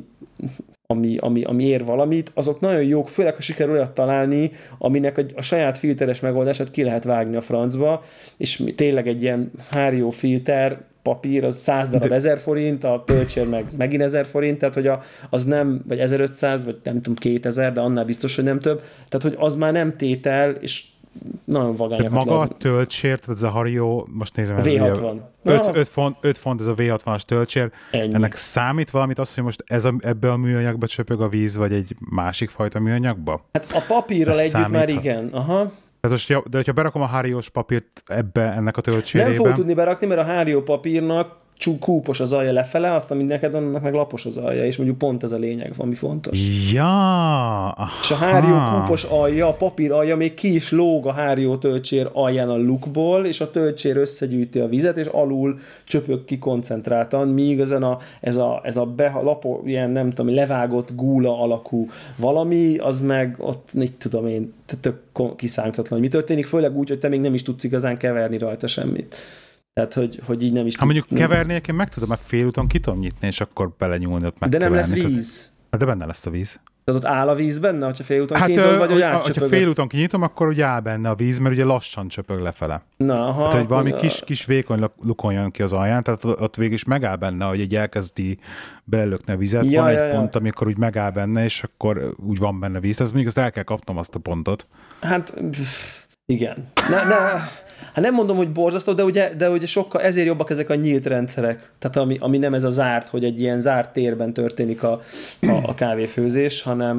ami ér valamit, azok nagyon jók, főleg ha sikerül olyat találni, aminek a saját filteres megoldását ki lehet vágni a francba, és tényleg egy ilyen Hario filter papír, az 100 darab 1000 forint, a töltsér meg megint 1000 forint, tehát hogy az nem, vagy 1500, vagy nem tudom 2000, de annál biztos, hogy nem több, tehát hogy az már nem tétel, és nagyon vagányakat maga lehet. a töltsér, tehát ez a Hario, most nézem, ez V60. 5 font ez a V60-as töltsér. Ennyi. Ennek számít valamit az, hogy most ebbe a műanyagba csöpög a víz, vagy egy másik fajta műanyagba? Hát a papírral Ez együtt számíthat. már igen. Aha. De hogyha berakom a Hariós papírt ennek a Nem töltsérébe... fogod tudni berakni, mert a Hario papírnak kúpos az alja lefele, attól neked annak meg lapos az alja, és mondjuk pont ez a lényeg, ami fontos. Ja, És a Hario kúpos alja, a papír alja még ki is lóg a Hario töltsér alján a lukból, és a töltsér összegyűjti a vizet, és alul csöpög ki koncentráltan, míg ez a ilyen nem tudom, levágott gúla alakú valami, az meg ott, mit tudom én, tök kiszámítatlan, hogy mi történik, főleg úgy, hogy te még nem is tudsz igazán keverni rajta semmit. Tehát, hogy így nem is ha mondjuk kevernék, én meg tudom, mert félúton ki tudom nyitni, és akkor belenyúlni ott megkeverni. De nem lesz víz. De benne lesz a víz. Tehát ott áll a víz benne, hogyha félúton kinyitod, vagy hogy átcsöpögöd? Ha félúton kinyitom, akkor ugye áll benne a víz, mert ugye lassan csöpög lefele. Na, aha, tehát, hogy valami kis vékony lukon jön ki az alján, tehát ott végig is megáll benne, hogy így elkezdi belelökni a vizet. Van egy pont, amikor úgy megáll benne, és akkor úgy van benne víz. Tehát mondjuk azt el kell kapnom azt a pontot. Hát, igen. Hát nem mondom, hogy borzasztó, de ugye sokkal, ezért jobbak ezek a nyílt rendszerek. Tehát ami nem ez a zárt, hogy egy ilyen zárt térben történik a kávéfőzés,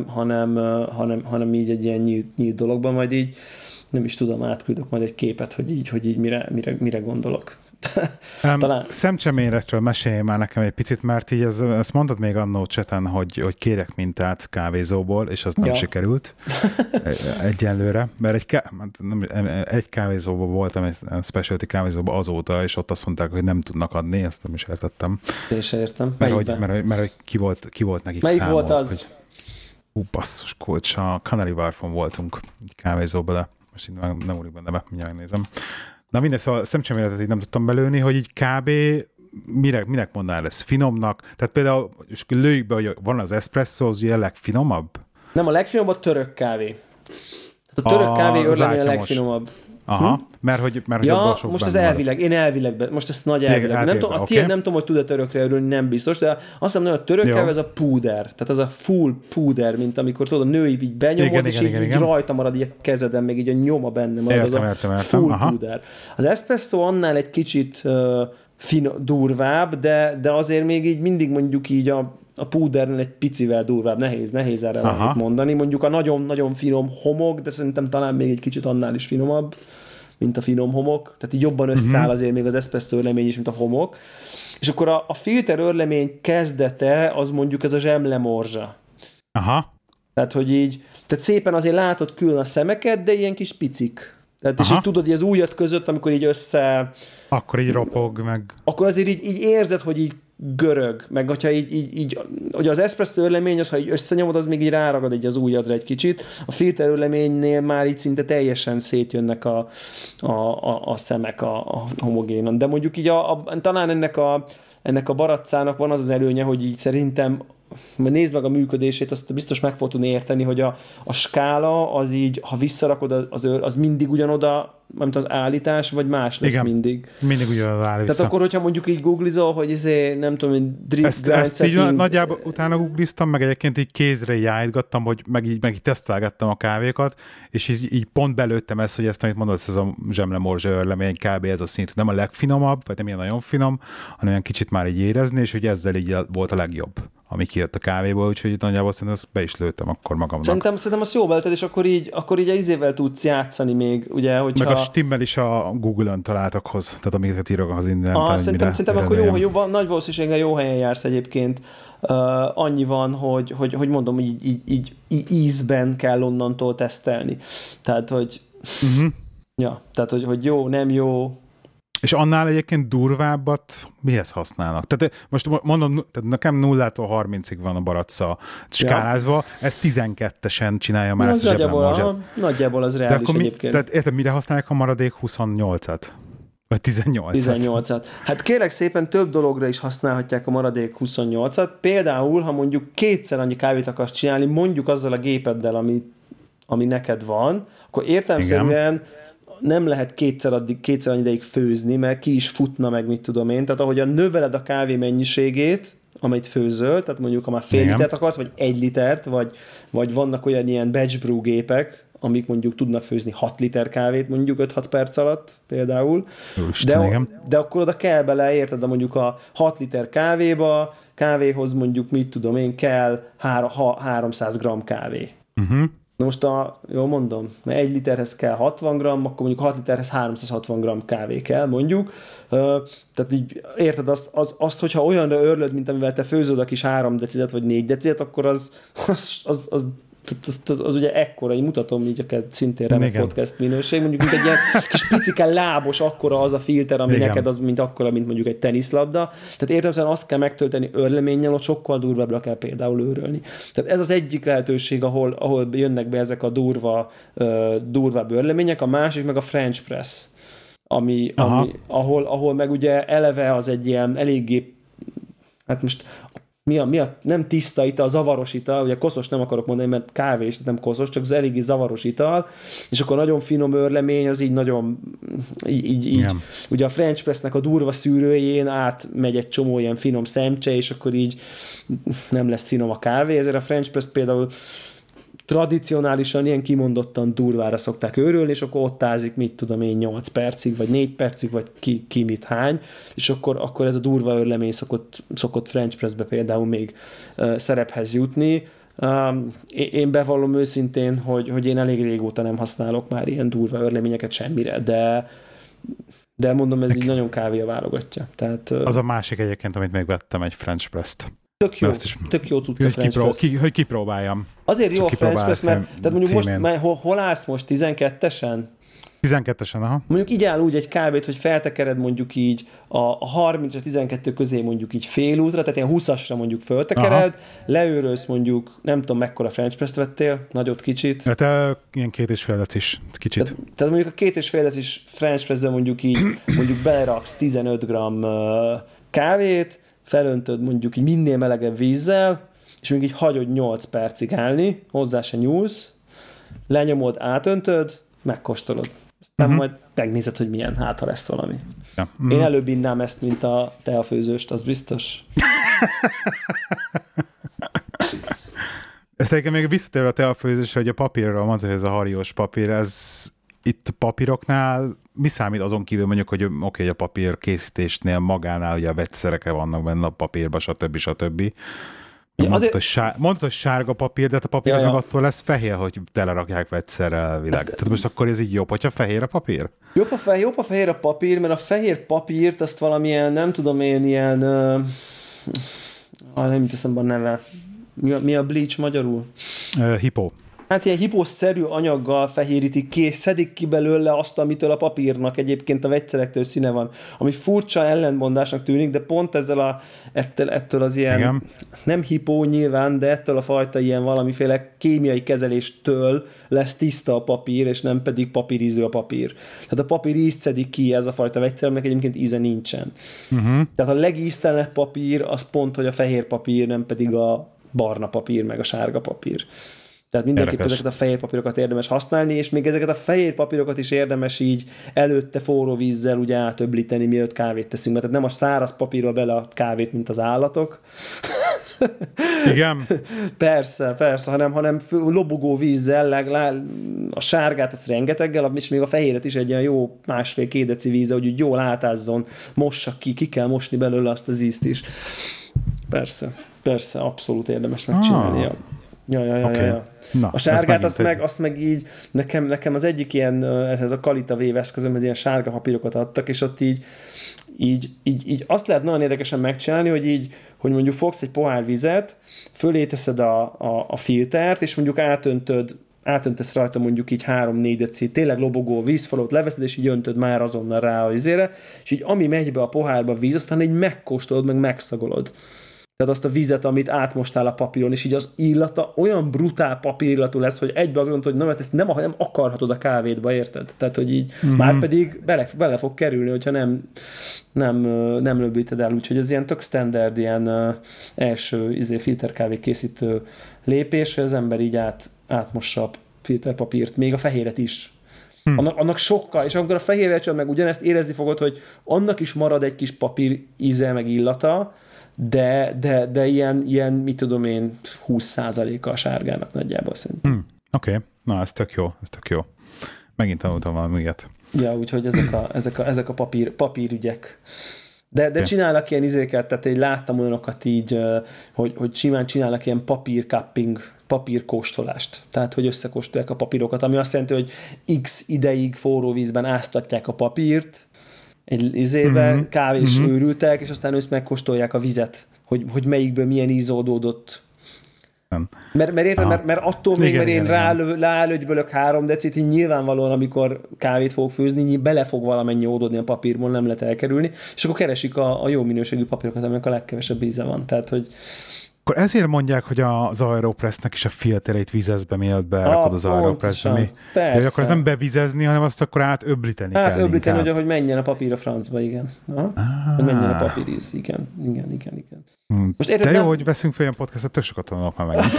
hanem így egy ilyen nyílt dologban, majd így nem is tudom, átküldök majd egy képet, hogy így mire gondolok. Talán... Szemcseméletről mesélj már nekem egy picit, mert így ezt mondtad még annó cseten, hogy kérek mintát kávézóból, és az nem sikerült egyenlőre, mert egy kávézóban voltam, egy specialty kávézóban azóta, és ott azt mondták, hogy nem tudnak adni, ezt nem is értettem. Én sem értem. Mert ki volt nekik melyik számol, volt az? Hogy, basszus kulcs, a Canary Wharfon voltunk egy kávézóban, de most így nem úrik benne be, mindjárt nézem. Na mindegy, szóval szemcseméletet így nem tudtam belőni, hogy így kb. Minek mondanál ez? Finomnak? Tehát például, és lőjük be, hogy van az espresso, az ugye a legfinomabb? Nem, a legfinomabb a török kávé. Tehát a török kávé örlemény a legfinomabb. Aha, mert hogy ja, most ez elvileg, most ez nagy elvileg. Nem tudom, hogy tud-e törökre örülni, nem biztos, de azt hiszem, hogy a török kávé ez a púder, tehát az a full púder, mint amikor tudod, a női így benyomod, és így rajta marad így a kezeden, még így a nyoma benne marad, értem, az a full púder. Az espresso annál egy kicsit durvább, de azért még így mindig mondjuk így a púdernél egy picivel durvább, nehéz erre valamit mondani. Mondjuk a nagyon-nagyon finom homok, de szerintem talán még egy kicsit annál is finomabb, mint a finom homok. Tehát így jobban összeáll azért még az espresso örlemény is, mint a homok. És akkor a filter örlemény kezdete az mondjuk ez a zsemlemorzsa. Aha. Tehát, hogy így, tehát szépen azért látod külön a szemeket, de ilyen kis picik. Tehát, és így tudod, hogy az ujjad között, amikor így akkor így ropog, meg... Akkor azért így érzed, hogy így görög, meg hogyha így hogy az espresso örlemény, az, ha így összenyomod, az még így ráragad így az ujjadra egy kicsit. A filter örleménynél már így szinte teljesen szétjönnek a szemek a homogénan. De mondjuk így talán ennek a baracának van az előnye, hogy így szerintem nézd meg a működését, azt biztos meg fog tudni érteni, hogy a skála az így, ha visszarakod, az mindig ugyanoda, mint az állítás, vagy más lesz. Igen, mindig. Mindig ugyanoda áll vissza. Tehát akkor, hogyha mondjuk így googlizol, hogy nem tudom, hogy ezt így nagyjából utána googliztam, meg egyébként így kézre így állítgattam, hogy meg így tesztelgettem a kávékat, és így pont belőttem ezt, hogy ezt, amit mondod, ez a zsemlemorzsa örlemény, kb. Ez a szint, nem a legfinomabb, vagy nem ilyen nagyon finom, hanem olyan kicsit már így érezni, és hogy ezzel így volt a legjobb, ami kijött a kávéból, úgyhogy itt nagyjából szerintem ezt be is lőttem akkor magamnak. Szerintem azt jó belted, és akkor így az izével tudsz játszani még, ugye, hogyha... Meg a stimmel is a Google-ön találtakhoz, tehát amiket írok az innen. Szerintem akkor jó, hogy jobban, nagy valószínűséggel jó helyen jársz egyébként. Annyi van, hogy mondom, így ízben kell onnantól tesztelni. Tehát, hogy hogy jó, nem jó. És annál egyébként durvábbat mihez használnak? Tehát most mondom, tehát nekem 0-tól 30-ig van a baracca skálázva, ez 12-esen csinálja már ezt a zseblemorzsát. Nagyjából az reális egyébként. Tehát érted, mire használják a maradék 28-at? Vagy 18-at? Hát kérlek szépen több dologra is használhatják a maradék 28-at. Például, ha mondjuk kétszer annyi kávét akarsz csinálni, mondjuk azzal a gépeddel, ami neked van, akkor értelemszerűen nem lehet kétszer annyi ideig főzni, mert ki is futna meg, mit tudom én. Tehát ahogyan növeled a kávé mennyiségét, amit főzöl, tehát mondjuk ha már fél litert akarsz, vagy 1 litert, vagy vannak olyan ilyen batch brew gépek, amik mondjuk tudnak főzni 6 liter kávét mondjuk 5-6 perc alatt például. De akkor oda kell bele, érted, de mondjuk a 6 liter kávéhoz mondjuk, mit tudom én, kell 300 g kávé. Na most jól mondom, mert 1 literhez kell 60 g, akkor mondjuk 6 literhez 360 g kávé kell, mondjuk. Tehát így érted azt, hogyha olyanra örlöd, mint amivel te főzöd a kis 3 decidet vagy 4 decidet, akkor az ugye ekkora, így mutatom így szintén remek podcast minőség, mondjuk mint egy ilyen kis picike lábos akkora az a filter, ami neked az, mint akkora, mint mondjuk egy teniszlabda. Tehát értelemszerűen azt kell megtölteni örleménnyel, ott sokkal durvábbra kell például őrölni. Tehát ez az egyik lehetőség, ahol jönnek be ezek a durvább örlemények, a másik meg a French press, ahol meg ugye eleve az egy ilyen eléggé, hát most nem tiszta ital, zavaros ital, ugye koszos nem akarok mondani, mert kávés, nem koszos, csak az eléggé zavaros ital, és akkor nagyon finom örlemény, az így nagyon így ugye a French pressnek a durva szűrőjén átmegy egy csomó ilyen finom szemcse, és akkor így nem lesz finom a kávé, ezért a French press például tradicionálisan ilyen kimondottan durvára szokták őrölni, és akkor ott ázik, mit tudom én, 8 percig, vagy 4 percig, vagy ki mit hány, és akkor ez a durva örlemény szokott French pressbe például még szerephez jutni. Én bevallom őszintén, hogy én elég régóta nem használok már ilyen durva örleményeket semmire, de mondom, ez így nagyon kávéja válogatja. Tehát, az a másik egyébként, amit még vettem, egy French press-t. Tök jó cucc a French press. Hogy kipróbáljam. Azért jó a French press, mert tehát mondjuk most, hol állsz most? 12-esen? 12-esen, aha. Mondjuk így áll úgy egy kávét, hogy feltekered mondjuk így a 30 és a 12 közé mondjuk így fél útra, tehát ilyen 20-asra mondjuk föltekered, leőrölsz mondjuk, nem tudom mekkora French press-t vettél, nagyot, kicsit. Hát ilyen 2,5 decis, kicsit. Tehát mondjuk a 2,5 decis French press-ben mondjuk beleraksz 15 g kávét, felöntöd mondjuk így minél melegebb vízzel, és mondjuk így hagyod 8 percig állni, hozzá se nyúlsz, lenyomod, átöntöd, megkóstolod. Aztán majd megnézed, hogy milyen, hát ha lesz valami. Ja. Én előbb innám ezt, mint a teafőzőst, az biztos. Ezt egyébként még visszatérve a teafőzésre, hogy a papírról mondta, hogy ez a hariós papír, ez itt papíroknál mi számít azon kívül mondjuk, hogy oké, a papír készítésnél magánál ugye a vegyszerek vannak benne a papírba, stb. Mondtad, hogy sárga papír, de hát a papír az meg attól lesz fehér, hogy telerakják vegyszerrel elvileg. Tehát most akkor ez így jobb, hogyha fehér a papír? Jobb a fehér a papír, mert a fehér papírt azt valamilyen, nem tudom én, ilyen nem jut eszembe a neve. Mi a bleach magyarul? Hipó. Hát ilyen hipószerű anyaggal fehérítik ki, és szedik ki belőle azt, amitől a papírnak egyébként a vegyszerektől színe van. Ami furcsa ellentmondásnak tűnik, de pont ettől az ilyen, igen, nem hipó nyilván, de ettől a fajta ilyen valamiféle kémiai kezeléstől lesz tiszta a papír, és nem pedig papíríző a papír. Tehát a papír ízt szedik ki, ez a fajta vegyszer, aminek egyébként íze nincsen. Tehát a legíztelenebb papír az pont, hogy a fehér papír, nem pedig a barna papír, meg a sárga papír. Tehát mindenképp ezeket a fehér papírokat érdemes használni, és még ezeket a fehér papírokat is érdemes így előtte forró vízzel ugye átöblíteni, mielőtt kávét teszünk, mert tehát nem a száraz papírba bele a kávét, mint az állatok. Igen. Persze, hanem lobogó vízzel, a sárgát azt rengeteggel, és még a fehéret is egy olyan jó 1,5-2 deci vízzel, hogy úgy jól átázzon, mossa ki kell mosni belőle azt az ízt is. Persze, abszolút érdemes megcsinálni. Ja. Na, a sárgát azt meg így, nekem az egyik ilyen, ez a Kalita Wave eszközöm, ez ilyen sárga papírokat adtak, és ott így azt lehet nagyon érdekesen megcsinálni, hogy mondjuk fogsz egy pohár vizet, fölé teszed a filtert, és mondjuk átöntesz rajta mondjuk így 3-4 deci, tényleg lobogó vízfalót leveszed, és így öntöd már azonnal rá a vizére, és így ami megy be a pohárba a víz, aztán így megkóstolod, meg megszagolod. Tehát azt a vizet, amit átmostál a papíron, és így az illata olyan brutál papírillatú lesz, hogy egybe azt gondolod, hogy ezt nem akarhatod a kávédba, érted? Tehát, hogy így már pedig bele fog kerülni, hogyha nem löbíted el. Úgyhogy ez ilyen tök standard, ilyen első filterkávé készítő lépés, hogy az ember így átmossa a filterpapírt, még a fehéret is. Annak sokkal, és amikor a fehérre csinál, meg ugyanezt érezni fogod, hogy annak is marad egy kis papír íze, meg illata, de ilyen, mit tudom én, 20%-a a sárgának nagyjából szerintem. Oké. Na, ez tök jó, ez tök jó. Megint tanultam valami ilyet. Ja, úgyhogy ezek a papírügyek. De csinálnak ilyen izéket, tehát én láttam olyanokat így, hogy simán csinálnak ilyen papírcupping, papírkóstolást. Tehát, hogy összekóstolják a papírokat, ami azt jelenti, hogy x ideig forró vízben áztatják a papírt, egy izébe, kávés őrültek, és aztán ősz megkóstolják a vizet, hogy melyikből milyen íz oldódott. Mert érted, mert attól még, mert én rálögybölök 3 decit, így nyilvánvalóan, amikor kávét fogok főzni, bele fog valamennyi oldódni a papírból, nem lehet elkerülni, és akkor keresik a jó minőségű papírokat, aminek a legkevesebb íze van. Tehát, hogy akkor ezért mondják, hogy az Aeropressnek is a filtereit vizezbe, mielőtt berakod az Aeropressbe. De akkor ez nem bevizezni, hanem azt akkor átöblíteni kell. Átöblíteni, hogy menjen a papír a francba, igen. Hogy menjen a papíríz, igen. Most érted, jó, hogy veszünk fel ilyen podcastot, tök sokat tanulok már megint.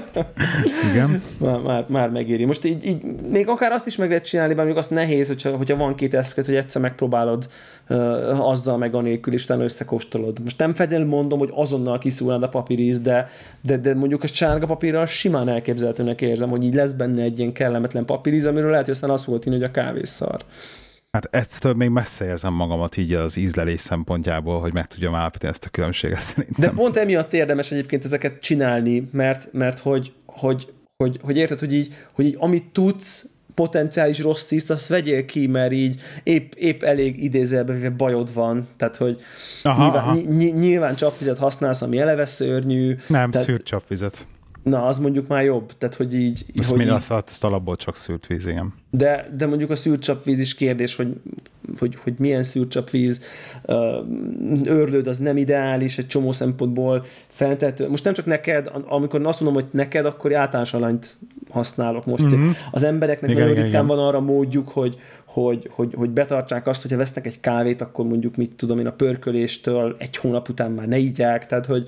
Igen. Már megéri. Most így még akár azt is meg lehet csinálni, bár azt nehéz, hogyha van 2 eszköz, hogy egyszer megpróbálod azzal meg anélkül, és utána összekóstolod. Most nem feltétlenül mondom, hogy azonnal kiszúrnád a papíríz, de mondjuk a sárga papírral simán elképzelhetőnek érzem, hogy így lesz benne egy ilyen kellemetlen papíríz, amiről lehet, hogy aztán azt volt hogy a kávés szar. Hát ettől még messze érzem magamat így az ízlelés szempontjából, hogy meg tudjam állapítani ezt a különbséget szerintem. De pont emiatt érdemes egyébként ezeket csinálni, mert hogy érted, hogy így amit tudsz, potenciális rossz ízt, azt vegyél ki, mert így épp elég idézőjelben bajod van. Tehát, hogy nyilván csapvizet használsz, ami eleve szörnyű. Nem, szűrt csapvizet. Na, az mondjuk már jobb. Tehát, hogy így... Azt alapból csak szűrt víz, igen. De mondjuk a szűrt csapvíz is kérdés, hogy milyen szűrt csapvíz, őrlőd az nem ideális, egy csomó szempontból feltehető. Most nem csak neked, amikor azt mondom, hogy neked, akkor általános alanyt használok most. Az embereknek nagyon ritkán van arra módjuk, hogy betartsák azt, hogyha vesznek egy kávét, akkor mondjuk, mit tudom én, a pörköléstől 1 hónap után már ne igyák, tehát, hogy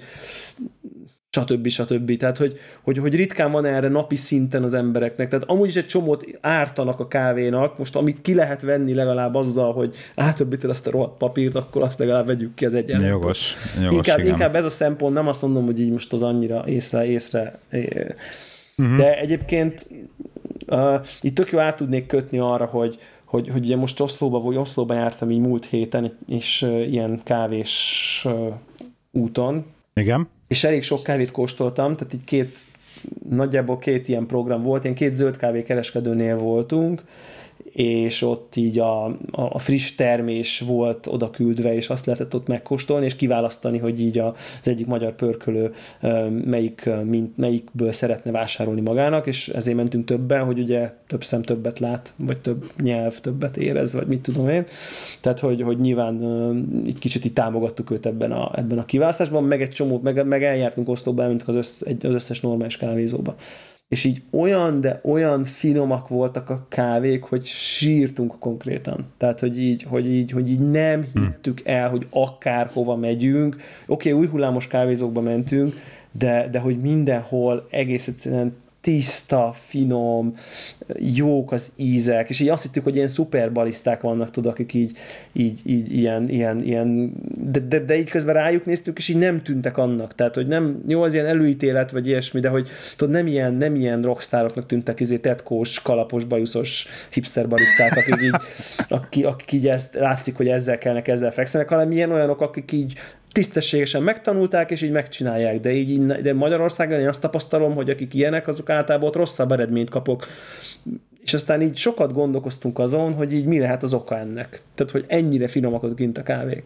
stb. Tehát, hogy ritkán van erre napi szinten az embereknek. Tehát amúgy is egy csomót ártanak a kávénak, most amit ki lehet venni legalább azzal, hogy átöbbíted azt a rohadt papírt, akkor azt legalább vegyük ki az egyenletből. Jogos, inkább ez a szempont, nem azt mondom, hogy így most az annyira észre. De egyébként itt tök jó át tudnék kötni arra, hogy ugye most Oszlóba jártam így múlt héten, és ilyen kávés úton. Igen. És elég sok kávét kóstoltam, tehát így nagyjából 2 ilyen program volt, ilyen 2 zöld kávé kereskedőnél voltunk, és ott így a friss termés volt oda küldve, és azt lehetett ott megkóstolni, és kiválasztani, hogy így az egyik magyar pörkölő melyikből szeretne vásárolni magának, és ezért mentünk többen, hogy ugye több szem többet lát, vagy több nyelv többet érez, vagy mit tudom én. Tehát, hogy nyilván így kicsit így támogattuk őt ebben a kiválasztásban, meg egy csomót, meg eljártunk Oszlóba, elmentünk az összes normális kávézóba. És így olyan finomak voltak a kávék, hogy sírtunk konkrétan. Tehát, hogy így nem hittük el, hogy akárhova megyünk. Oké, új hullámos kávézókba mentünk, de hogy mindenhol egész egyszerűen tiszta, finom, jók az ízek, és így azt hittük, hogy ilyen szuper bariszták vannak, tudod, akik így ilyen de így közben rájuk néztük, és így nem tűntek annak. Tehát, hogy nem, jó, az ilyen előítélet, vagy ilyesmi, de hogy tudod, nem ilyen rockstároknak tűntek, tetkós, kalapos, bajuszos hipster bariszták, akik így ezt látszik, hogy ezzel kellnek, ezzel fekszenek, hanem ilyen olyanok, akik így tisztességesen megtanulták, és így megcsinálják. De Magyarországon én azt tapasztalom, hogy akik ilyenek, azok általában ott rosszabb eredményt kapok. És aztán így sokat gondolkoztunk azon, hogy így mi lehet az oka ennek. Tehát, hogy ennyire finomak kint a kávék.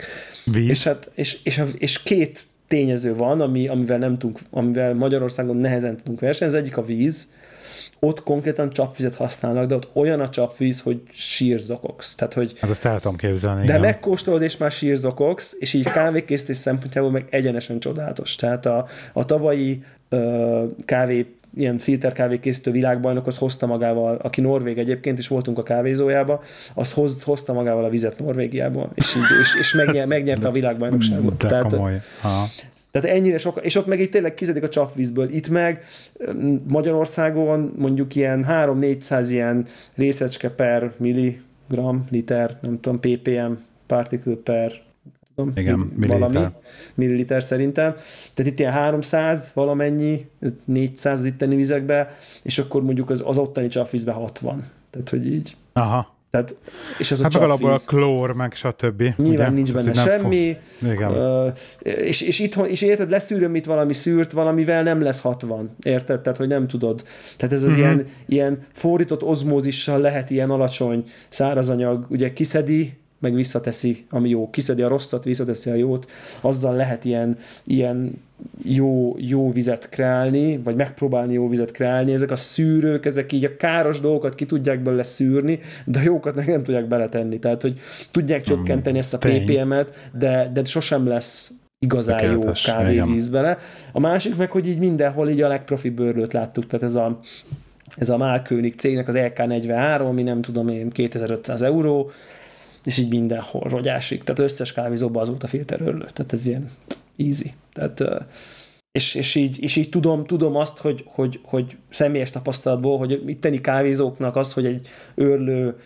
És 2 tényező van, amivel Magyarországon nehezen tudunk versenyezni. Az egyik a víz. Ott konkrétan csapvizet használnak, de ott olyan a csapvíz, hogy sírzokogsz. Tehát, hogy hát azt el tudom képzelni. De igen. Megkóstolod, és már sírzokogsz, és így kávékészítés szempontjából meg egyenesen csodálatos. Tehát a tavalyi ilyen filterkávékészítő világbajnok az hozta magával, aki norvég egyébként, és voltunk a kávézójába, az hozta magával a vizet Norvégiából, és megnyerte a világbajnokságot. Tehát ennyire sok, és ott meg itt tényleg kizedik a csapvízből. Itt meg Magyarországon mondjuk ilyen 300-400 ilyen részecske per milligram, liter, nem tudom, ppm, particle per tudom, Igen, valami milliliter szerintem. Tehát itt ilyen 300 valamennyi, 400 az itteni vizekbe, és akkor mondjuk az ottani csapvízbe 60. Tehát, hogy így. Aha. Tehát, és az hát a alapból a csapvíz. klór, meg stb. Nyilván nincs benne semmi. Igen. És itthon, és érted, leszűröm itt valami szűrt, valamivel nem lesz 60. Érted? Tehát, hogy nem tudod. Tehát ez az ilyen fordított ozmózissal lehet ilyen alacsony szárazanyag, ugye kiszedi, meg visszateszi, ami jó. Kiszedi a rosszat, visszateszi a jót. Azzal lehet ilyen jó vizet kreálni, vagy megpróbálni jó vizet kreálni. Ezek a szűrők, ezek így a káros dolgokat ki tudják belőle szűrni, de a jókat nem tudják beletenni. Tehát, hogy tudják csökkenteni ezt a ppm-et, de sosem lesz igazán jó kávévíz vele. A másik meg, hogy így mindenhol így a legprofi bőrlőt láttuk. Tehát ez a Malkönig cégnek az LK43, ami nem tudom én 2500 €, és így mindenhol rogyásig. Tehát összes kávézóban az volt a filterörlő. Tehát ez ilyen easy. Tehát, és így tudom azt, hogy személyes tapasztalatból, hogy itteni kávézóknak az, hogy egy örlő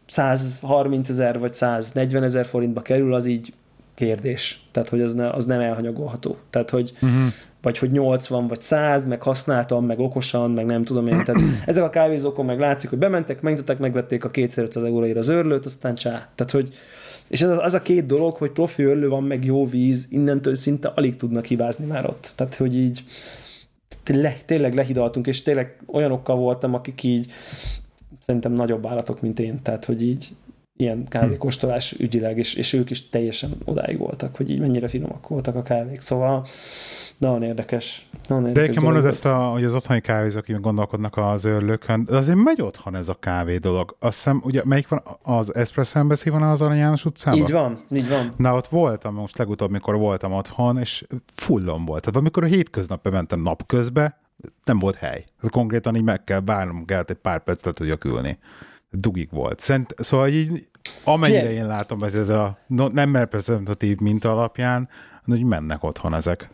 130 000 vagy 140 000 forintba kerül, az így kérdés. Tehát, hogy az nem elhanyagolható. Tehát, hogy vagy hogy 80 vagy 100, meg használtam, meg okosan, meg nem tudom én. Tehát ezek a kávézókon meg látszik, hogy bementek, megnyitották, megvették a 2500 € az örlőt, aztán csá. Tehát, hogy és az a két dolog, hogy profi örlő van, meg jó víz, innentől szinte alig tudnak hibázni már ott. Tehát, hogy így tényleg lehidaltunk, és tényleg olyanokkal voltam, akik így szerintem nagyobb állatok, mint én. Tehát, hogy így ilyen kávékóstolás ügyileg, és ők is teljesen odáig voltak, hogy így mennyire finomak voltak a kávék. Szóval nagyon érdekes. De egyébként mondod ezt, hogy az otthoni kávézók akik gondolkodnak az örlőkön, de azért megy otthon ez a kávé dolog. Azt hiszem, ugye melyik van, az Espresso Embassy van az Arany János utcában? Így van. Na, ott voltam most legutóbb, mikor voltam otthon, és fullon volt. Tehát amikor a hétköznap bementem napközbe, nem volt hely. Konkrétan így meg kell várnom, kellett egy pár percet tudjak ülni. Dugig volt. Szóval így, amennyire én látom, ez a nem reprezentatív minta alapján, hogy mennek otthon ezek.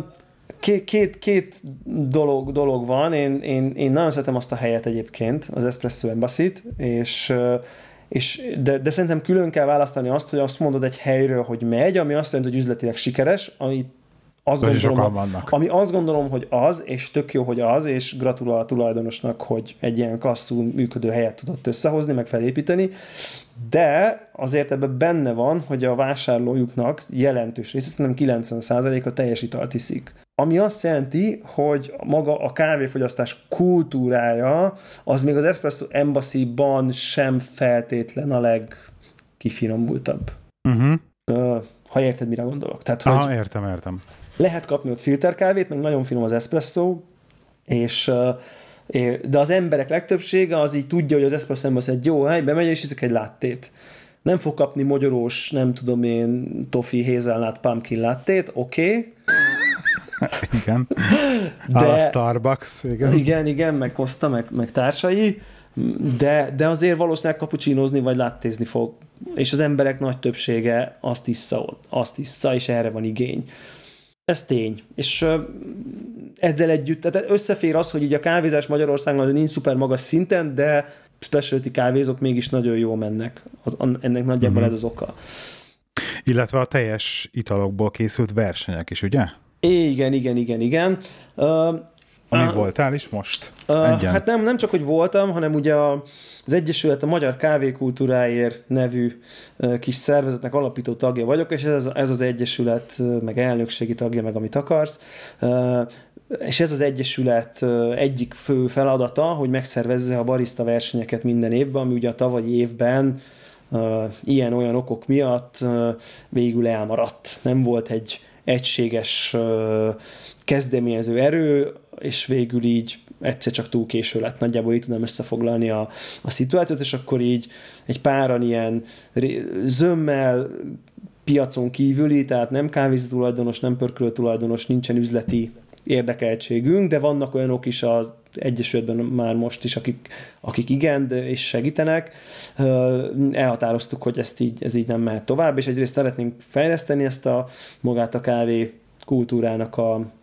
Két dolog van. Én nagyon szeretem azt a helyet egyébként, az Espresso Embassy-t, de szerintem külön kell választani azt, hogy azt mondod egy helyről, hogy megy, ami azt jelenti, hogy üzletileg sikeres, ami azt gondolom, hogy az, és tök jó, hogy az, és gratulál a tulajdonosnak, hogy egy ilyen klasszul működő helyet tudott összehozni, meg felépíteni, de azért ebben benne van, hogy a vásárlójuknak jelentős része, szerintem 90%-a teljes italt iszik. Ami azt jelenti, hogy maga a kávéfogyasztás kultúrája, az még az Espresso Embassy-ban sem feltétlen a legkifinomultabb. Ha érted, mire gondolok. Tehát, hogy értem. Lehet kapni ott filterkávét, meg nagyon finom az espresso, de az emberek legtöbbsége az így tudja, hogy az Espresso Embassy egy jó hely, bemegy és iszik egy lattét. Nem fog kapni mogyorós, nem tudom én, toffee, hazelnut, pumpkin lattét, oké. Igen. A Starbucks, igen. Igen, meg Costa, meg társai, de azért valószínűleg cappuccinozni vagy lattézni fog. És az emberek nagy többsége azt issza, és erre van igény. Ez tény. És ezzel együtt, tehát összefér az, hogy így a kávézás Magyarországon nincs szuper magas szinten, de specialty kávézók mégis nagyon jól mennek. Ennek nagyjából ez az oka. Illetve a teljes italokból készült versenyek is, ugye? Igen. Ami voltál is most? Hát nem csak, hogy voltam, hanem ugye az Egyesület a Magyar Kávékultúráért nevű kis szervezetnek alapító tagja vagyok, és ez az Egyesület, meg elnökségi tagja, meg amit akarsz. És ez az Egyesület egyik fő feladata, hogy megszervezze a barista versenyeket minden évben, ami ugye a tavalyi évben ilyen-olyan okok miatt végül elmaradt. Nem volt egy egységes kezdeményező erő, és végül így egyszer csak túl késő lett. Nagyjából így tudnám összefoglalni a szituációt, és akkor így egy páran ilyen zömmel piacon kívüli, tehát nem kávézó tulajdonos, nem pörkölő tulajdonos, nincsen üzleti érdekeltségünk, de vannak olyanok is az Egyesületben már most is, akik igen, és segítenek. Elhatároztuk, hogy ez így nem mehet tovább, és egyrészt szeretnénk fejleszteni ezt magát a kávé kultúrának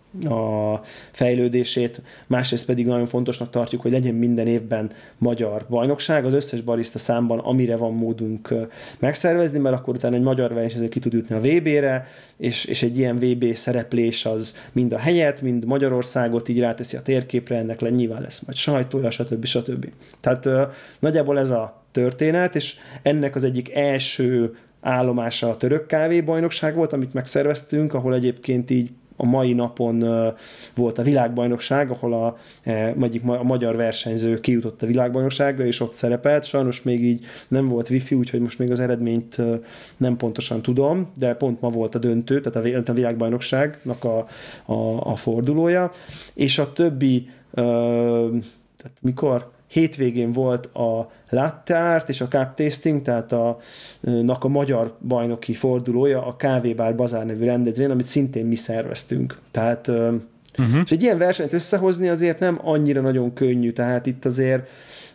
a fejlődését, másrészt pedig nagyon fontosnak tartjuk, hogy legyen minden évben magyar bajnokság, az összes barista számban, amire van módunk megszervezni, mert akkor utána egy magyar versenyző ki tud jutni a VB-re, és egy ilyen VB szereplés az mind a helyet, mind Magyarországot így ráteszi a térképre, ennek nyilván lesz majd sajtója, stb. Tehát nagyjából ez a történet, és ennek az egyik első állomása a török kávébajnokság volt, amit megszerveztünk, ahol egyébként így a mai napon volt a világbajnokság, ahol a magyar versenyző kijutott a világbajnokságra, és ott szerepelt. Sajnos még így nem volt wifi, úgyhogy most még az eredményt nem pontosan tudom, de pont ma volt a döntő, tehát a világbajnokságnak a fordulója. És a többi, tehát mikor? Hétvégén volt a latte art és a cup tasting, tehát a magyar bajnoki fordulója, a Kávébár Bazár nevű rendezvény, amit szintén mi szerveztünk. Tehát és egy ilyen versenyt összehozni azért nem annyira nagyon könnyű, tehát itt azért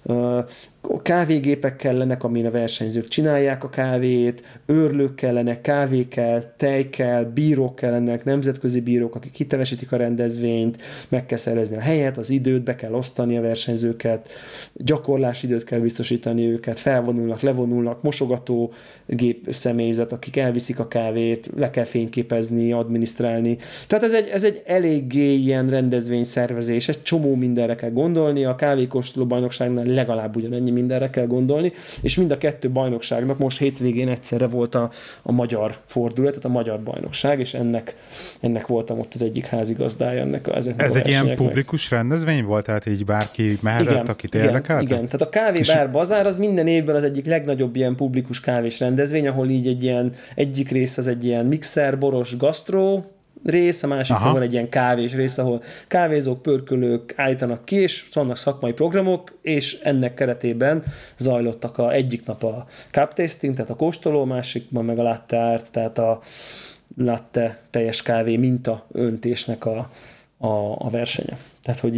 kávégépek kellenek, amin a versenyzők csinálják a kávét, őrlők kellenek, kávé kell, tej kell, bírók kellenek, nemzetközi bírók, akik hitelesítik a rendezvényt, meg kell szervezni a helyet, az időt, be kell osztani a versenyzőket, gyakorlási időt kell biztosítani őket, felvonulnak, levonulnak, mosogató gép személyzet, akik elviszik a kávét, le kell fényképezni, adminisztrálni. Tehát ez egy eléggé ilyen rendezvényszervezés, egy csomó mindenre kell gondolni, a kávékóstoló bajnokságnál legalább ugyanennyi mindenre kell gondolni, és mind a kettő bajnokságnak most hétvégén egyszerre volt a magyar fordulat, tehát a magyar bajnokság, és ennek voltam ott az egyik házigazdája ezeknek ez egy ilyen publikus rendezvény volt, tehát így bárki mehetett, akit érdekelte? Igen, tehát a Kávébár Bazár az minden évben az egyik legnagyobb ilyen publikus kávés rendezvény, ahol így egyik rész az egy ilyen mixer, boros, gasztró rész, a másik van egy ilyen kávés rész, ahol kávézók, pörkölők állítanak ki, és vannak szakmai programok, és ennek keretében zajlottak egyik nap a cup tasting, tehát a kóstoló, másikban meg a latte art, tehát a latte teljes kávé minta öntésnek a versenye. Tehát, hogy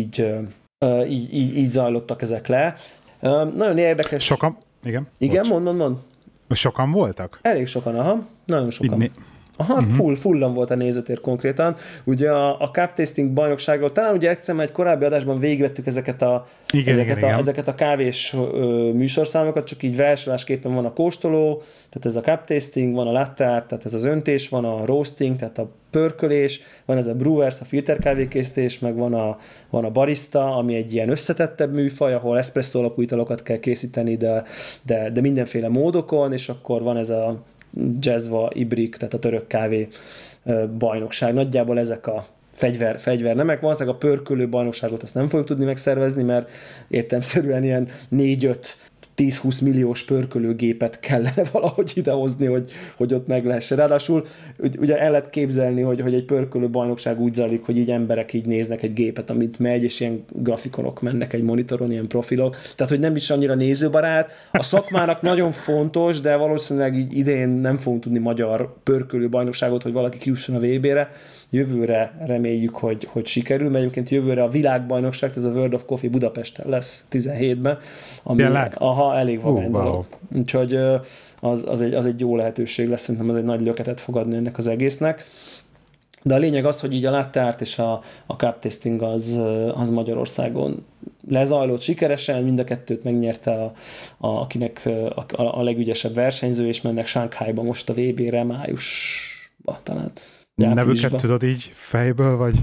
így zajlottak ezek le. Nagyon érdekes. Sokan? Igen? Igen, mond. Sokan voltak? Elég sokan, nagyon sokan. Fullan volt a nézőtér konkrétan. Ugye a cup tasting bajnokságról, talán ugye egyszer már egy korábbi adásban végigvettük ezeket a kávés műsorszámokat, csak így versolásképpen van a kóstoló, tehát ez a cup tasting, van a latte art, tehát ez az öntés, van a roasting, tehát a pörkölés, van ez a brewers, a filterkávékészítés, meg van a barista, ami egy ilyen összetettebb műfaj, ahol espresso alapú italokat kell készíteni, de mindenféle módokon, és akkor van ez a Jezva, Ibrik, tehát a török kávé bajnokság. Nagyjából ezek a fegyvernemek. Valószínűleg a pörkölő bajnokságot azt nem fogjuk tudni megszervezni, mert értelemszerűen ilyen 4-5-10-20 milliós pörkölőgépet kellene valahogy idehozni, hogy ott meg lehessen. Ráadásul ugye el lehet képzelni, hogy egy pörkölő bajnokság úgy zajlik, hogy így emberek így néznek egy gépet, amit megy, és ilyen grafikonok mennek egy monitoron, ilyen profilok. Tehát, hogy nem is annyira nézőbarát. A szakmának nagyon fontos, de valószínűleg így idén nem fogunk tudni magyar pörkölő bajnokságot, hogy valaki kijusson a VB-re. Jövőre reméljük, hogy sikerül, mert egyébként jövőre a világbajnokság, ez a World of Coffee Budapesten lesz 17-ben, ami elég vagány dolog. Úgyhogy az egy jó lehetőség lesz, szerintem az egy nagy löketet fog adni ennek az egésznek. De a lényeg az, hogy így a latte art és a cup tasting az Magyarországon lezajlott sikeresen, mind a kettőt megnyerte akinek a legügyesebb versenyző, és mennek Shanghaiba most a VB-re májusba talán. Nevüket tudod így fejből, vagy?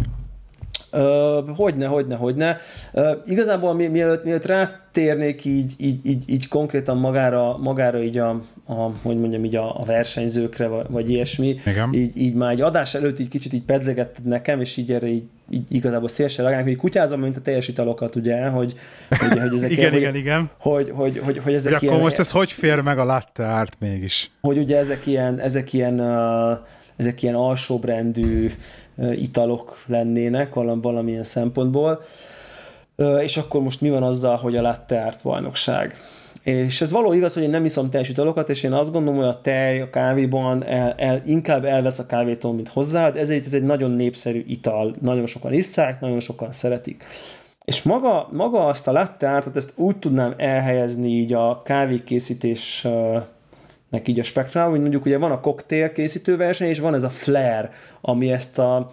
Hogyne. Igazából mielőtt rátérnék így konkrétan magára így hogy mondjam, így a versenyzőkre, vagy ilyesmi, így már egy adás előtt így kicsit így pedzegetted nekem, és így erre így igazából szélesen reagálnak, hogy kutyázom, mint a teljes italokat, ugye, hogy ezek igen. Hogy ezek ilyen... Akkor most ez hogy fér meg a latte art mégis? Hogy ugye ezek ilyen alsóbrendű italok lennének valamilyen szempontból, és akkor most mi van azzal, hogy a latte art bajnokság. És ez való igaz, hogy én nem iszom teljes italokat, és én azt gondolom, hogy a tej a kávéban inkább elvesz a kávétól, mint hozzá, ezért ez egy nagyon népszerű ital, nagyon sokan isszák, nagyon sokan szeretik. És maga azt a latte artot, ezt úgy tudnám elhelyezni így a kávékészítés így a spektrumában, hogy mondjuk ugye van a koktél készítő verseny, és van ez a flair, ami ezt a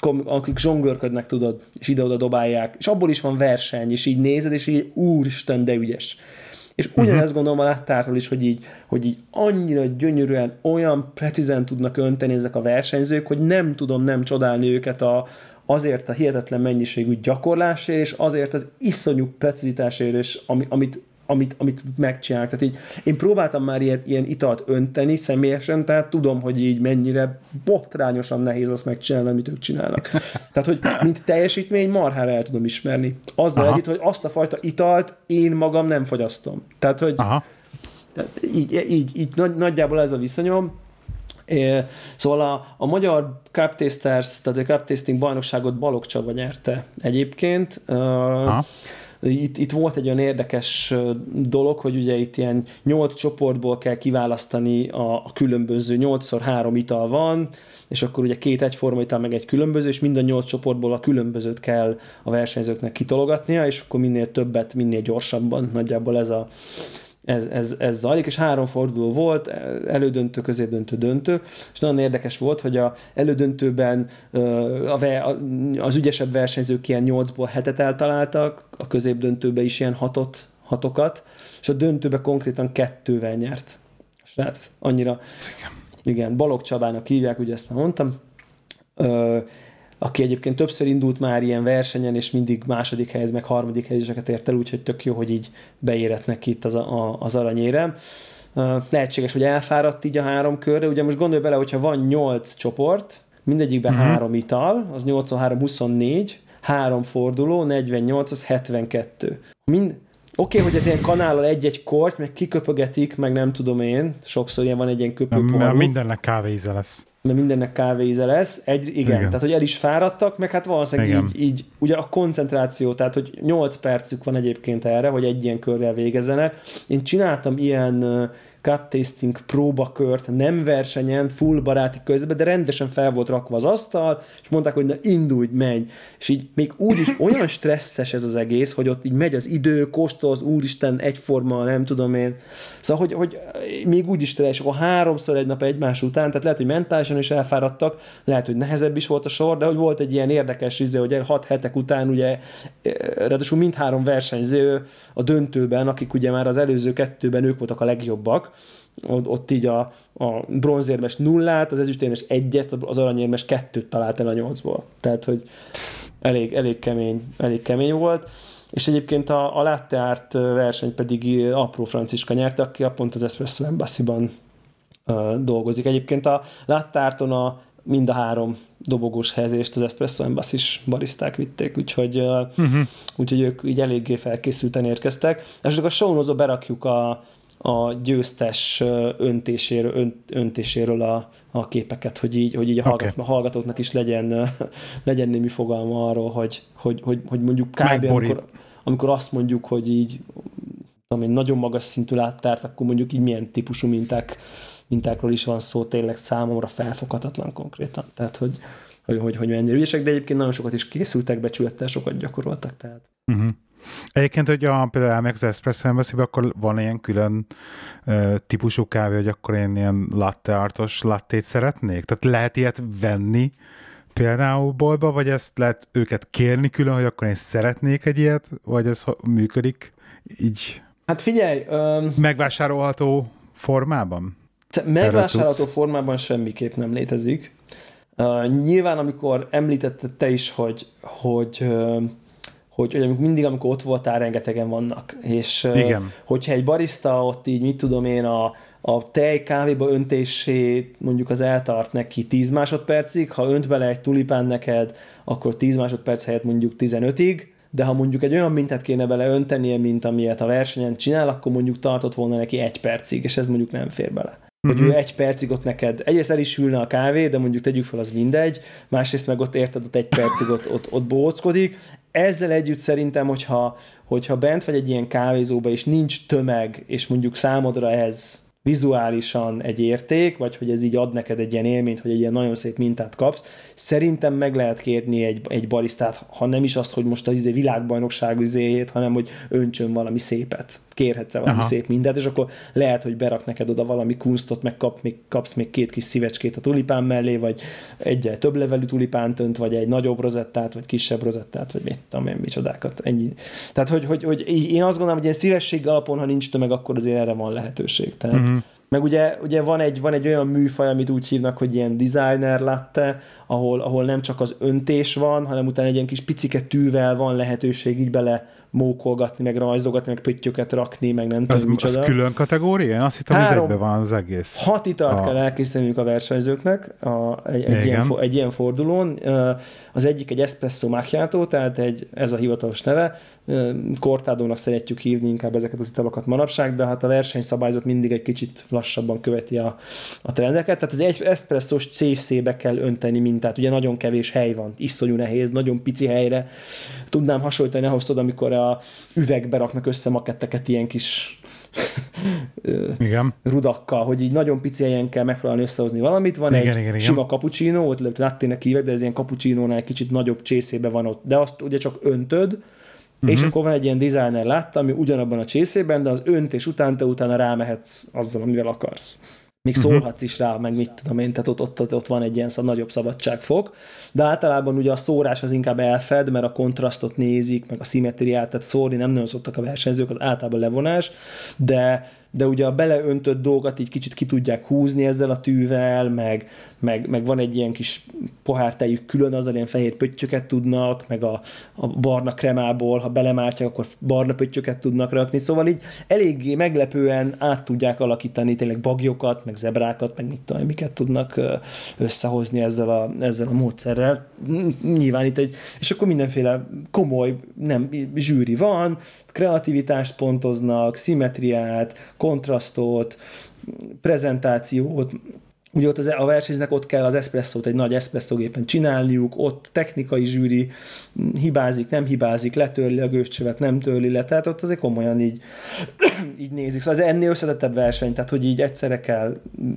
akik zsonglőrködnek, tudod, és ide-oda dobálják, és abból is van verseny, és így nézed, és így úristen, de ügyes. És ugyanezt gondolom a lattártól is, hogy így annyira gyönyörűen, olyan precízen tudnak önteni ezek a versenyzők, hogy nem tudom nem csodálni őket azért a hihetetlen mennyiségű gyakorlásért, és azért az iszonyú precizitásért, és amit megcsinálnak. Tehát így, én próbáltam már ilyen italt önteni személyesen, tehát tudom, hogy így mennyire botrányosan nehéz azt megcsinálni, amit ők csinálnak. Tehát, hogy mint teljesítmény marhára el tudom ismerni. Azzal együtt, hogy azt a fajta italt én magam nem fogyasztom. Tehát, hogy tehát így nagyjából ez a viszonyom. Szóval a magyar Cup Tasters, tehát a Cup Tasting bajnokságot Balogh Csaba nyerte egyébként. Itt volt egy olyan érdekes dolog, hogy ugye itt ilyen 8 csoportból kell kiválasztani a különböző, 8x3 ital van, és akkor ugye 2 egyforma ital, meg egy különböző, és mind a 8 csoportból a különbözőt kell a versenyzőknek kitologatnia, és akkor minél többet, minél gyorsabban nagyjából ez zajlik, és 3 forduló volt, elődöntő, középdöntő, döntő, és nagyon érdekes volt, hogy a elődöntőben az ügyesebb versenyzők ilyen 8-ból 7-et eltaláltak, a középdöntőben is ilyen 6-okat, és a döntőben konkrétan 2-vel nyert. Srác, annyira. Igen, Balogh Csabának hívják, ugye ezt már mondtam. Aki egyébként többször indult már ilyen versenyen, és mindig második helyez, meg harmadik helyezéseket ért el, úgyhogy tök jó, hogy így beérett neki itt az aranyérem. Lehetséges, hogy elfáradt így a 3 körre, ugye most gondolj bele, hogyha van 8 csoport, mindegyikben 3 ital, az 8x3 24, 3 forduló, 48, az 72. Oké, hogy ez ilyen kanállal egy-egy kort, meg kiköpögetik, meg nem tudom én, sokszor ilyen van egy ilyen köpőporú. Mert mindennek kávéíze lesz. Mert mindennek kávéíze lesz. Igen, tehát hogy el is fáradtak, meg hát valószínűleg így ugye a koncentráció, tehát hogy 8 percük van egyébként erre, hogy egy ilyen körrel végezzenek. Én csináltam ilyen cup tasting próbakört, nem versenyen, full baráti közben, de rendesen fel volt rakva az asztal, és mondták, hogy na indulj, menj. És így még úgyis olyan stresszes ez az egész, hogy ott így megy az idő, kóstolsz, úristen, egyforma, nem tudom én. Szóval, hogy még úgyis stressz, akkor 3-szor egy nap egymás után, tehát lehet, hogy mentálisan is elfáradtak, lehet, hogy nehezebb is volt a sor, de hogy volt egy ilyen érdekes izé, hogy 6 hetek után ugye, ráadásul mindhárom versenyző a döntőben, akik ugye már az előző 2-ben ők voltak a legjobbak, ott így a bronzérmes 0-át, az ezüstérmes 1-et, az aranyérmes 2-t talált el a 8-ból. Tehát, hogy elég kemény volt. És egyébként a latte art verseny pedig Apró Franciska nyerte, aki pont az Espresso Embassy-ban dolgozik. Egyébként a latte arton mind a 3 dobogós helyezést az Espresso Embassy-s bariszták vitték, úgyhogy ők így eléggé felkészülten érkeztek. És a show notes-ba berakjuk a győztes öntéséről a képeket, hogy így a hallgatóknak is legyen némi fogalma arról, hogy mondjuk kb. Amikor azt mondjuk, hogy így tudom én, nagyon magas szintű láttárt, akkor mondjuk így milyen típusú mintákról is van szó, tényleg számomra felfoghatatlan konkrétan. Tehát, hogy mennyire ügyesek, de egyébként nagyon sokat is készültek, becsülettel sokat gyakoroltak. Tehát. Egyébként, hogy például elmegyek az Espresso Embassy-be, akkor van ilyen külön típusú kávé, hogy akkor én ilyen latte artos lattét szeretnék? Tehát lehet ilyet venni például boltba, vagy ezt lehet őket kérni külön, hogy akkor én szeretnék egy ilyet, vagy ez működik így? Hát figyelj! Megvásárolható formában? Megvásárolható formában semmiképp nem létezik. Nyilván, amikor említetted te is, hogy mindig, amikor ott voltál, rengetegen vannak. És hogyha egy barista ott így, mit tudom én, a tej kávéba öntését mondjuk az eltart neki 10 másodpercig, ha önt bele egy tulipán neked, akkor 10 másodperc helyett mondjuk 15-ig, de ha mondjuk egy olyan mintát kéne bele öntenie, mint amilyet a versenyen csinál, akkor mondjuk tartott volna neki 1 percig, és ez mondjuk nem fér bele. Hogy ő 1 percig ott neked, egyrészt el is hűlne a kávé, de mondjuk tegyük fel, az mindegy, másrészt meg ott érted, ott 1 percig ott bóckodik. Ezzel együtt szerintem, hogyha bent vagy egy ilyen kávézóba, és nincs tömeg, és mondjuk számodra ez vizuálisan egy érték, vagy hogy ez így ad neked egy ilyen élményt, hogy egy ilyen nagyon szép mintát kapsz. Szerintem meg lehet kérni egy barisztát, ha nem is azt, hogy most a világbajnokság izéjét, hanem hogy öntsön valami szépet. Kérhetsz valami szép mintát, és akkor lehet, hogy berak neked oda valami kunstot, meg kapsz még 2 kis szívecskét a tulipán mellé, vagy egyel több levelű tulipántönt, vagy egy nagyobb rozettát, vagy kisebb rozettát, vagy mit tudom én, micsodákat. Ennyi. Tehát, hogy én azt gondolom, hogy ilyen szívesség alapon, ha nincs tömeg, akkor azért erre van lehetőség. Tehát, meg ugye van egy olyan műfaj, amit úgy hívnak, hogy ilyen designer latte, ahol nem csak az öntés van, hanem utána egy ilyen kis picike tűvel van lehetőség így bele mókolgatni, meg rajzogatni, meg pöttyöket rakni, meg nem tudom micsoda. Az külön kategória? Én azt hittem, hogy egyben van az egész. 6 italt kell elkészíteniük a versenyzőknek egy ilyen fordulón. Az egyik egy espresso macchiato, tehát ez a hivatalos neve. Cortadónak szeretjük hívni inkább ezeket az italokat manapság, de hát a versenyszabályzat mindig egy kicsit lassabban követi a trendeket. Tehát az egy espresszós csészébe kell önteni mintát. Ugye nagyon kevés hely van, iszonyú nehéz, nagyon pici helyre. Tudnám hasonlítani ahhoz, amikor a üvegbe raknak össze maketteket ilyen kis rudakkal, hogy így nagyon pici helyen kell megpróbálni összehozni valamit. Van egy sima cappuccino, ott lattének hívek, de ez ilyen cappuccinónál kicsit nagyobb csészébe van ott, de azt ugye csak öntöd, és akkor van egy ilyen designer latte, ami ugyanabban a csészében, de az öntés után te utána rámehetsz azzal, amivel akarsz. Még szórhatsz is rá, meg mit tudom én, tehát ott van egy ilyen nagyobb szabadságfok, de általában ugye a szórás az inkább elfed, mert a kontrasztot nézik, meg a szimmetriát, tehát szórni nem nagyon szoktak a versenyzők, az általában levonás, de ugye a beleöntött dolgokat így kicsit ki tudják húzni ezzel a tűvel, meg van egy ilyen kis pohártejük külön, azzal ilyen fehér pöttyöket tudnak, meg a barna kremából, ha belemártják, akkor barna pöttyöket tudnak rakni, szóval így eléggé meglepően át tudják alakítani tényleg bagyokat, meg zebrákat, meg mit tudom, miket tudnak összehozni ezzel a módszerrel. Nyilván itt és akkor mindenféle komoly zsűri van, kreativitást pontoznak, szimmetriát, kontrasztot, prezentációt. Ugye ott a versenyzőnek ott kell az eszpresszót egy nagy eszpresszógépen csinálniuk, ott technikai zsűri hibázik, nem hibázik, letörli a gőzcsövet, nem törli le, tehát ott azért komolyan így nézik. Szóval ez ennél összetettebb verseny, tehát hogy így egyszerre kell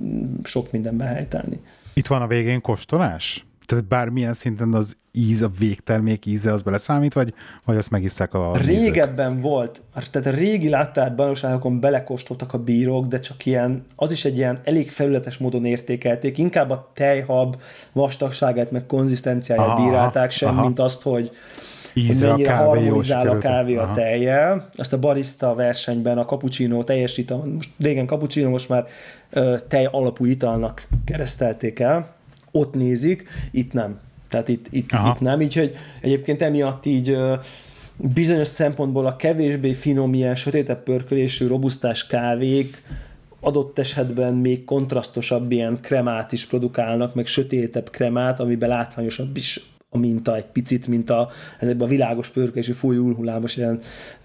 sok mindenben helytállni. Itt van a végén kóstolás? Tehát bármilyen szinten az íz, a végtermék íze az beleszámít, vagy azt megisszák a régebben volt, tehát a régi láttár bajnokságokon belekóstoltak a bírók, de csak ilyen, az is egy ilyen elég felületes módon értékelték, inkább a tejhab vastagságát, meg konzisztenciáját bírálták, mint azt, hogy mennyire harmonizál a kávé a tejjel. Azt a barista versenyben a cappuccino teljes ital, most régen cappuccino, most már tej alapú italnak keresztelték el, ott nézik, itt nem. Tehát itt nem. Így, hogy egyébként emiatt így bizonyos szempontból a kevésbé finom, ilyen sötétebb pörkölésű, robusztás kávék adott esetben még kontrasztosabb ilyen kremát is produkálnak, meg sötétebb kremát, amiben látványosabb is a minta egy picit, mint ezekben a világos pörkölésű, folyó hullámos, ilyen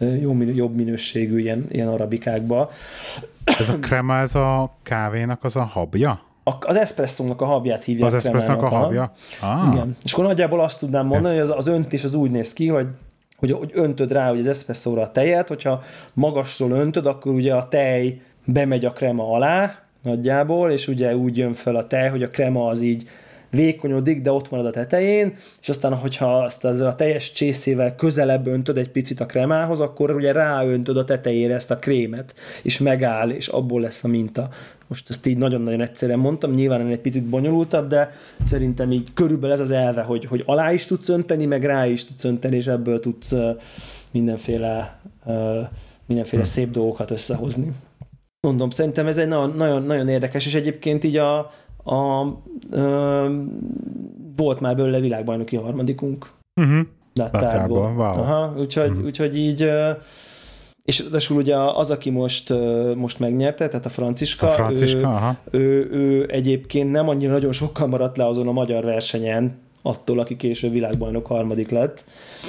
jobb minőségű ilyen arabikákba. Ez a krema, ez a kávénak az a habja? Az eszpresszónak a habját hívják. Az eszpresszónak a habja? Igen. És akkor nagyjából azt tudnám mondani, hogy az öntés az úgy néz ki, hogy öntöd rá hogy az eszpresszóra a tejet, hogyha magasról öntöd, akkor ugye a tej bemegy a krema alá nagyjából, és ugye úgy jön fel a tej, hogy a krema az így vékonyodik, de ott marad a tetején, és aztán, hogyha azt ezzel a teljes csészével közelebb öntöd egy picit a kremához, akkor ugye ráöntöd a tetejére ezt a krémet, és megáll, és abból lesz a minta. Most ezt így nagyon-nagyon egyszerűen mondtam, nyilván egy picit bonyolultabb, de szerintem így körülbelül ez az elve, hogy alá is tudsz önteni, meg rá is tudsz önteni, és ebből tudsz mindenféle szép dolgokat összehozni. Mondom, szerintem ez egy nagyon érdekes, és egyébként így volt már belőle világbajnoki harmadikunk. Lattárból. Wow. Aha, úgyhogy így és ráadásul ugye az, aki most megnyerte, tehát a Franciska, ő egyébként nem annyira nagyon sokkal maradt le azon a magyar versenyen, attól, aki később világbajnok harmadik lett.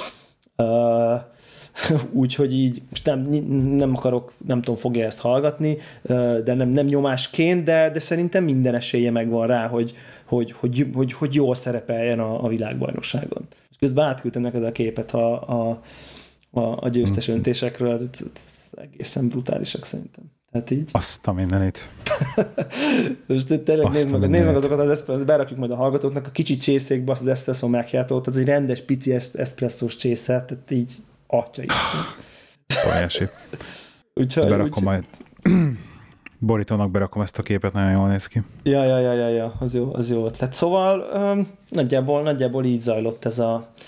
Úgyhogy így most nem akarok, nem tudom, fogja ezt hallgatni, de nem nyomásként, de szerintem minden esélye megvan rá, hogy jól szerepeljen a világbajnokságon. És közben átküldtem neked a képet a győztes öntésekről, egészen brutálisak szerintem. Tehát így. Azt a mindenit. Most tényleg nézd meg azokat az eszpresszót, berakjuk majd a hallgatóknak a kicsi csészékbe azt az espresszó macchiatót, az egy rendes pici eszpresszós csésze, tehát így atya is. Óriási. Berakom majd. Borítónak berakom ezt a képet, nagyon jól néz ki. Ja, az jó ötlet. Szóval nagyjából így zajlott ez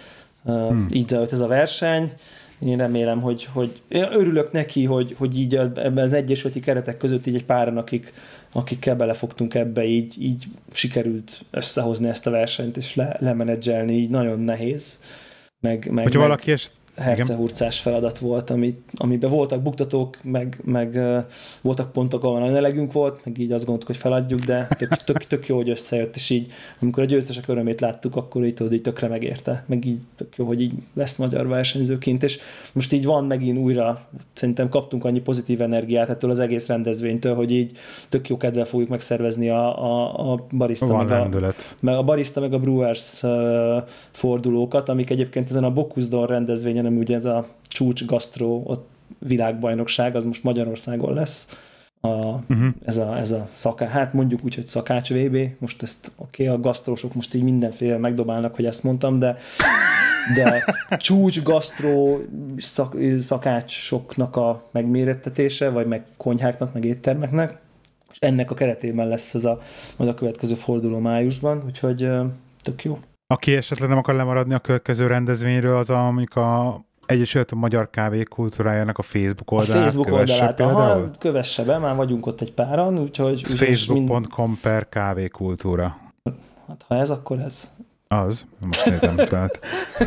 a verseny. Én remélem, hogy én örülök neki, hogy így ebben az egyesületi keretek között így egy páran, akikkel belefogtunk ebbe, így sikerült összehozni ezt a versenyt, és lemenedzselni, így nagyon nehéz. Hogyha valaki hercehurcás feladat volt, amiben voltak buktatók, meg voltak pontok, ahol nagyon elegünk volt, meg így azt gondoltuk, hogy feladjuk, de tök jó, hogy összejött, és így amikor a győztesek örömét láttuk, akkor így tökre megérte, meg így tök jó, hogy így lesz magyar versenyzőként, és most így van megint újra, szerintem kaptunk annyi pozitív energiát ettől az egész rendezvénytől, hogy így tök jó kedvel fogjuk megszervezni a barista, meg a barista, meg a Brewers fordulókat, amik egyébként ezen a Bocuse rendezvényen, nem ugye ez a csúcs gasztró ott világbajnokság, az most Magyarországon lesz. Ez a szakács, hát mondjuk úgy, hogy szakács VB, most ezt a gasztrósok most így mindenféle megdobálnak, hogy ezt mondtam, de csúcs gasztró szakácsoknak a megmérettetése, vagy meg konyháknak, meg éttermeknek, és ennek a keretében lesz majd a következő forduló májusban, úgyhogy tök jó. Aki esetleg nem akar lemaradni a következő rendezvényről, az amik a Egyesület a Magyar Kávékultúrájának a Facebook oldalát. A Facebook oldalát, kövesse be, már vagyunk ott egy páran, úgyhogy facebook.com/per kávékultúra. Hát ha ez, akkor ez. Az, most nézem, tehát.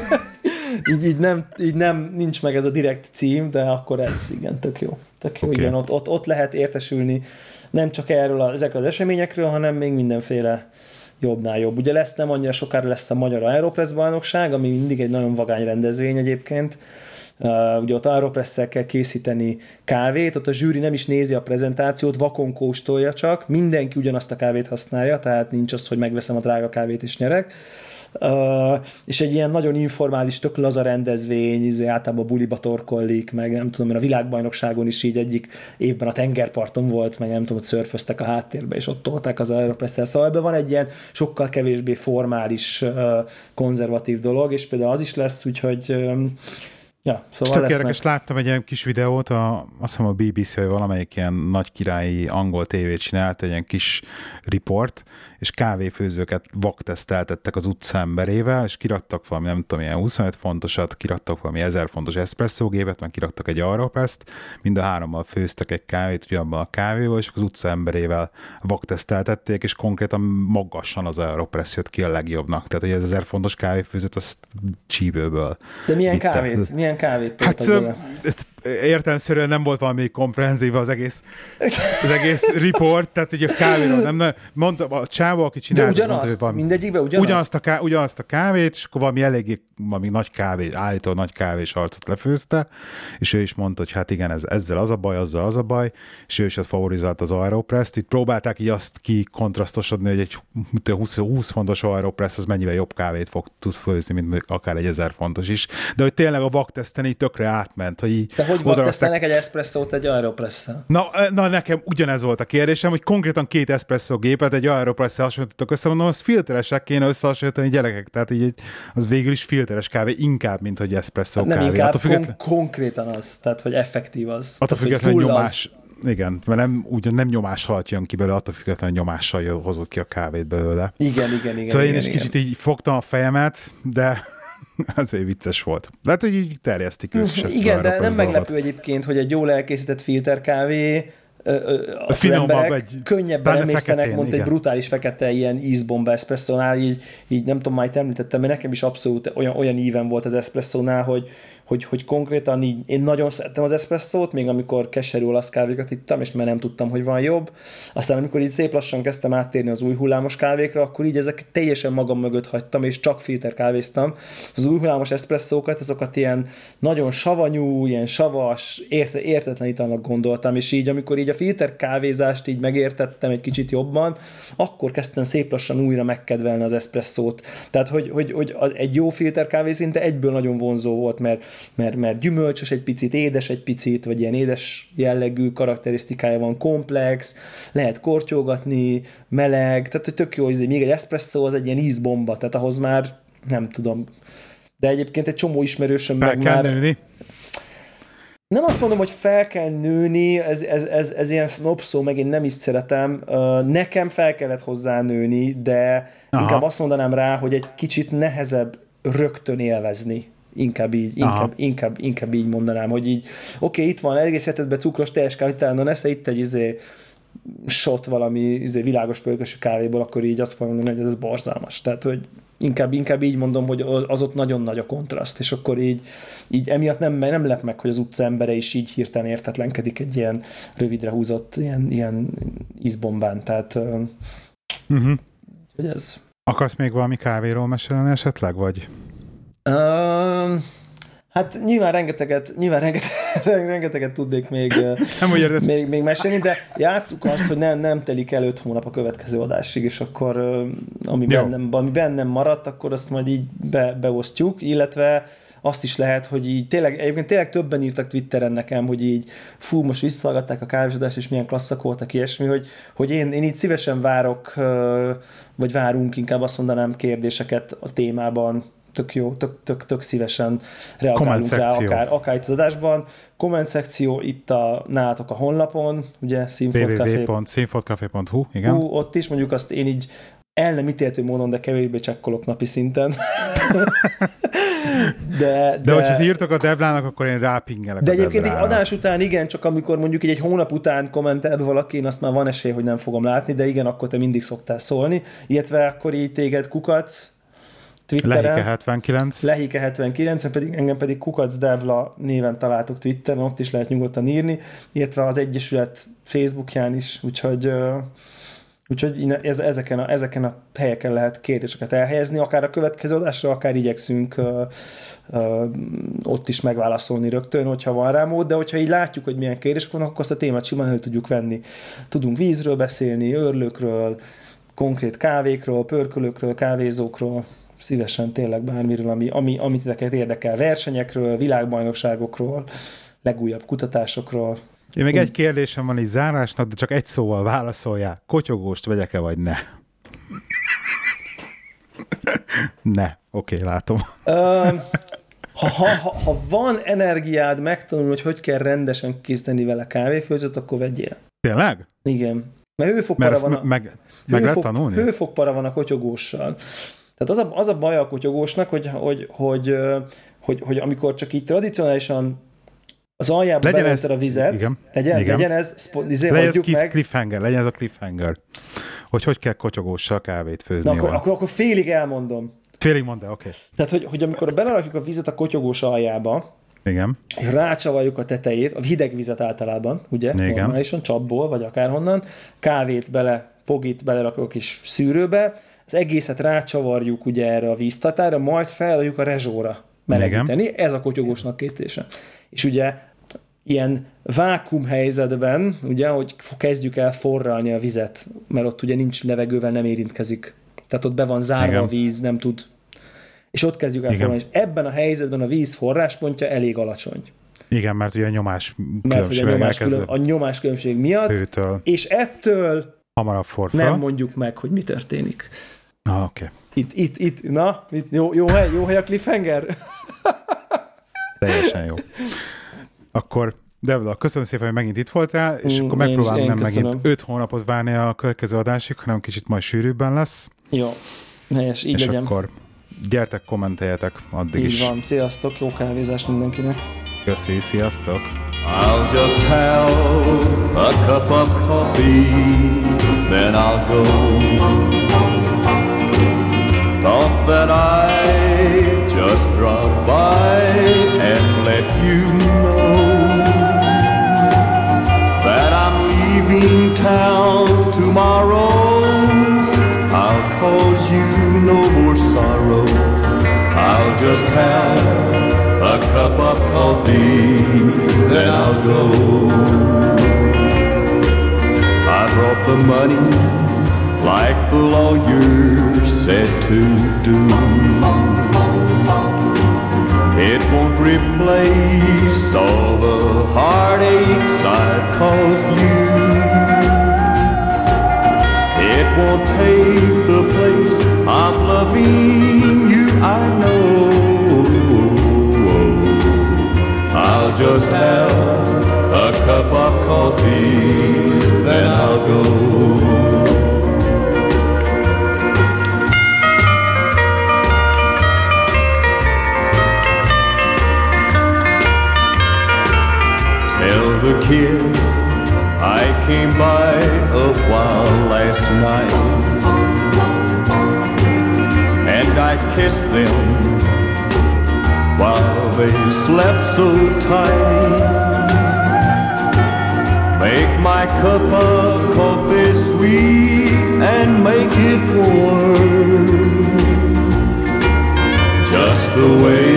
így nem, nincs meg ez a direkt cím, de akkor ez, igen, tök jó. Tök jó, okay. Igen, ott lehet értesülni nem csak ezekről az eseményekről, hanem még mindenféle jobbnál jobb. Ugye nem annyira sokára lesz a Magyar Aeropress bajnokság, ami mindig egy nagyon vagány rendezvény egyébként. Ugye ott Aeropresszel kell készíteni kávét, ott a zsűri nem is nézi a prezentációt, vakon kóstolja csak, mindenki ugyanazt a kávét használja, tehát nincs az, hogy megveszem a drága kávét és nyerek. És egy ilyen nagyon informális, tök laza rendezvény, általában buliba torkollik, meg nem tudom, mert a világbajnokságon is így egyik évben a tengerparton volt, meg nem tudom, hogy szörföztek a háttérbe, és ott tolták az Aeropresszel. Szóval ebben van egy ilyen sokkal kevésbé formális, konzervatív dolog, és például az is lesz, úgyhogy ja, szóval tök érdekes, láttam egy ilyen kis videót, azt hiszem a BBC vagy valamelyik ilyen nagy királyi angol tévét csinált, egy ilyen kis riport, és kávéfőzőket vakteszteltettek az utca emberével, és kiraktak valami, nem tudom, ilyen 25 fontosat, kiraktak valami 1000 fontos eszpresszógépet, meg kiraktak egy Aeropress-t, mind a hárommal főztek egy kávét ugyanabban a kávéval, és az utca emberével vakteszteltették, és konkrétan magasan az Aeropress jött ki a legjobbnak. Tehát, hogy ez 1000 fontos kávéfőzőt, azt csípőből. De milyen kávét toltak értelemszerűen nem volt valami komprehenzív az egész report, tehát ugye a kávéról nem mondta, a csávó, aki csinált, mondta, mindegyikben ugyanazt a kávét, és akkor valami nagy kávé, állító nagy kávés arcot lefőzte, és ő is mondta, hogy hát igen, ezzel az a baj, azzal az a baj, és ő is favorizált az Aeropress-t. Itt próbálták így azt kikontrasztosodni, hogy egy 20 fontos Aeropress az mennyivel jobb kávét tud főzni, mint akár egy 1000 fontos is. De hogy tényleg a vakteszten így tökre átment, hogy így hogy vaktesztelnek egy eszpresszót egy Aeropress-szel? Na, nekem ugyanez volt a kérdésem, hogy konkrétan 2 eszpresszó gépet egy Aeropress-szel hasonlítottak össze, mondom, az filteresek kéne összehasonlítani gyerekek, tehát így az végül is filteres kávé, inkább, mint hogy eszpresszó kávé. Nem inkább, konkrétan az, tehát hogy effektív az. Attól függetlenül nyomás, igen, mert nem nyomás alatt jön ki belőle, attól függetlenül nyomással hozott ki a kávét belőle. Igen. Szóval én is kicsit így fogtam a fejemet, de azért vicces volt. Lehet, hogy így terjesztik ők is ezt. Igen, de nem meglepő egyébként, hogy egy jól elkészített filterkávé az emberek könnyebben emésztenek, mondta egy brutális fekete ilyen ízbomba eszpresszónál, így nem tudom, már itt említettem, mert nekem is abszolút olyan íven volt az eszpresszónál, hogy konkrétan így, én nagyon szerettem az eszpresszót, még amikor keserű olasz kávékat ittam, és már nem tudtam, hogy van jobb. Aztán amikor így szép lassan kezdtem áttérni az új hullámos kávékra, akkor így ezek teljesen magam mögött hagytam, és csak filter kávéztam. Az új hullámos eszpresszókat, azokat ilyen nagyon savanyú, ilyen savas, értetlen italnak gondoltam, és így amikor így a filter kávézást így megértettem egy kicsit jobban, akkor kezdtem szép lassan újra megkedvelni az eszpresszót. Tehát, hogy egy jó filter kávé szinte egyből nagyon vonzó volt, mert mert gyümölcsös egy picit, édes egy picit, vagy ilyen édes jellegű karakterisztikája van, komplex, lehet kortyolgatni, meleg, tehát tök jó, hogy még egy espresszó az egy ilyen ízbomba, tehát ahhoz már nem tudom. De egyébként egy csomó ismerősöm meg már... Nőni. Nem azt mondom, hogy fel kell nőni, ez ilyen snob szó, meg én nem is szeretem. Nekem fel kellett hozzá nőni, de inkább azt mondanám rá, hogy egy kicsit nehezebb rögtön élvezni. Inkább így mondanám, hogy így oké, itt van, egész hetetben cukros teljeskával, utána nesze itt egy shot valami világos pörkösű kávéból, akkor így azt fogom mondani, hogy ez borzalmas. Tehát, hogy inkább így mondom, hogy az ott nagyon nagy a kontraszt, és akkor így emiatt nem lep meg, hogy az utca embere is így hirtelen értetlenkedik egy ilyen rövidre húzott ilyen ízbombán, tehát hogy ez... Akarsz még valami kávéról mesélni esetleg, vagy? Hát nyilván rengeteget tudnék még mesélni, de játsszuk azt, hogy nem telik el 5 hónap a következő adásig, és akkor ami bennem maradt, akkor azt majd így beosztjuk, illetve azt is lehet, hogy így egyébként tényleg többen írtak Twitteren nekem, hogy így most visszahallgatták a kávésodást, és milyen klasszak voltak, ilyesmi, hogy én így szívesen várok, vagy várunk, inkább azt mondanám, kérdéseket a témában. Tök jó, tök szívesen reagálunk rá, akár itt az adásban. Komment szekció itt nálatok a honlapon, ugye www.színfoltcafé.hu, igen. Ott is, mondjuk azt én így el nem ítéltő módon, de kevésbé csekkolok napi szinten. de hogyha írtok a Devlának, akkor én rápingelek. De egyébként egy adás után igen, csak amikor mondjuk egy hónap után kommentel valaki, én azt már van esély, hogy nem fogom látni, de igen, akkor te mindig szoktál szólni. Illetve akkor így téged Kukac Twitteren. Lehike 79, engem pedig Kukac Devla néven találtok Twitteren, ott is lehet nyugodtan írni, illetve az Egyesület Facebookján is, úgyhogy ezeken a helyeken lehet kérdéseket elhelyezni, akár a következő adásra, akár igyekszünk ott is megválaszolni rögtön, hogyha van rá mód, de hogyha így látjuk, hogy milyen kérdések vannak, akkor azt a témát simán el tudjuk venni. Tudunk vízről beszélni, őrlőkről, konkrét kávékról, pörkölőkről, kávézókról, szívesen tényleg bármiről, amit titeket érdekel, versenyekről, világbajnokságokról, legújabb kutatásokról. Én még egy kérdésem van így zárásnak, de csak egy szóval válaszoljál. Kotyogóst vegyek-e, vagy ne? Ne. Oké, látom. Ha van energiád megtanulni, hogy kell rendesen készíteni vele kávéfőzőt, akkor vegyél. Tényleg? Igen. Mert hőfokpara van lehet tanulni? Hőfokpara van a kotyogóssal. Tehát az a baj a kotyogósnak, hogy amikor csak így tradicionálisan az aljába belőtted a vizet, legyen ez cliffhanger, legyen ez a cliffhanger, hogy kell kotyogóssal kávét főzni. Na, akkor félig elmondom. Félig mondd el, oké. Tehát, hogy amikor belerakjuk a vizet a kotyogós aljába, igen. És rácsavarjuk a tetejét, a hideg vizet általában, ugye, igen. Normálisan, csapból, vagy akárhonnan, kávét fogit belerakjuk a kis szűrőbe, az egészet rácsavarjuk ugye erre a víztatára, majd feladjuk a rezsóra melegíteni, igen. Ez a kotyogósnak készítése. És ugye ilyen vákum helyzetben, ugye, hogy kezdjük el forralni a vizet, mert ott ugye nincs levegővel, nem érintkezik. Tehát ott be van zárva igen. A víz, nem tud. És ott kezdjük el forralni. És ebben a helyzetben a víz forráspontja elég alacsony. Igen, mert ugye a nyomás különbség miatt. Hőtől. És ettől hamarabb forfal. Nem mondjuk meg, hogy mi történik. Oké. Itt, jó hely a cliffhanger? Teljesen jó. Akkor Devla, köszönöm szépen, hogy megint itt voltál, és akkor megpróbálom nem megint 5 hónapot várni a következő adásig, hanem kicsit majd sűrűbben lesz. Jó, helyes, így és legyen. És akkor gyertek, kommenteljetek addig így is. Így van, sziasztok, jó kávézást mindenkinek. Köszi, sziasztok. I'll just have a cup of coffee, then I'll go. Thought that I'd just drop by and let you know that I'm leaving town tomorrow. I'll cause you no more sorrow. I'll just have a cup of coffee, then I'll go. I brought the money like the lawyer said to do. It won't replace all the heartaches I've caused you. It won't take the place of loving you, I know. I'll just have a cup of coffee, then I'll go. Tell the kids I came by a while last night, and I kissed them while they slept so tight. Make my cup of coffee sweet and make it warm, just the way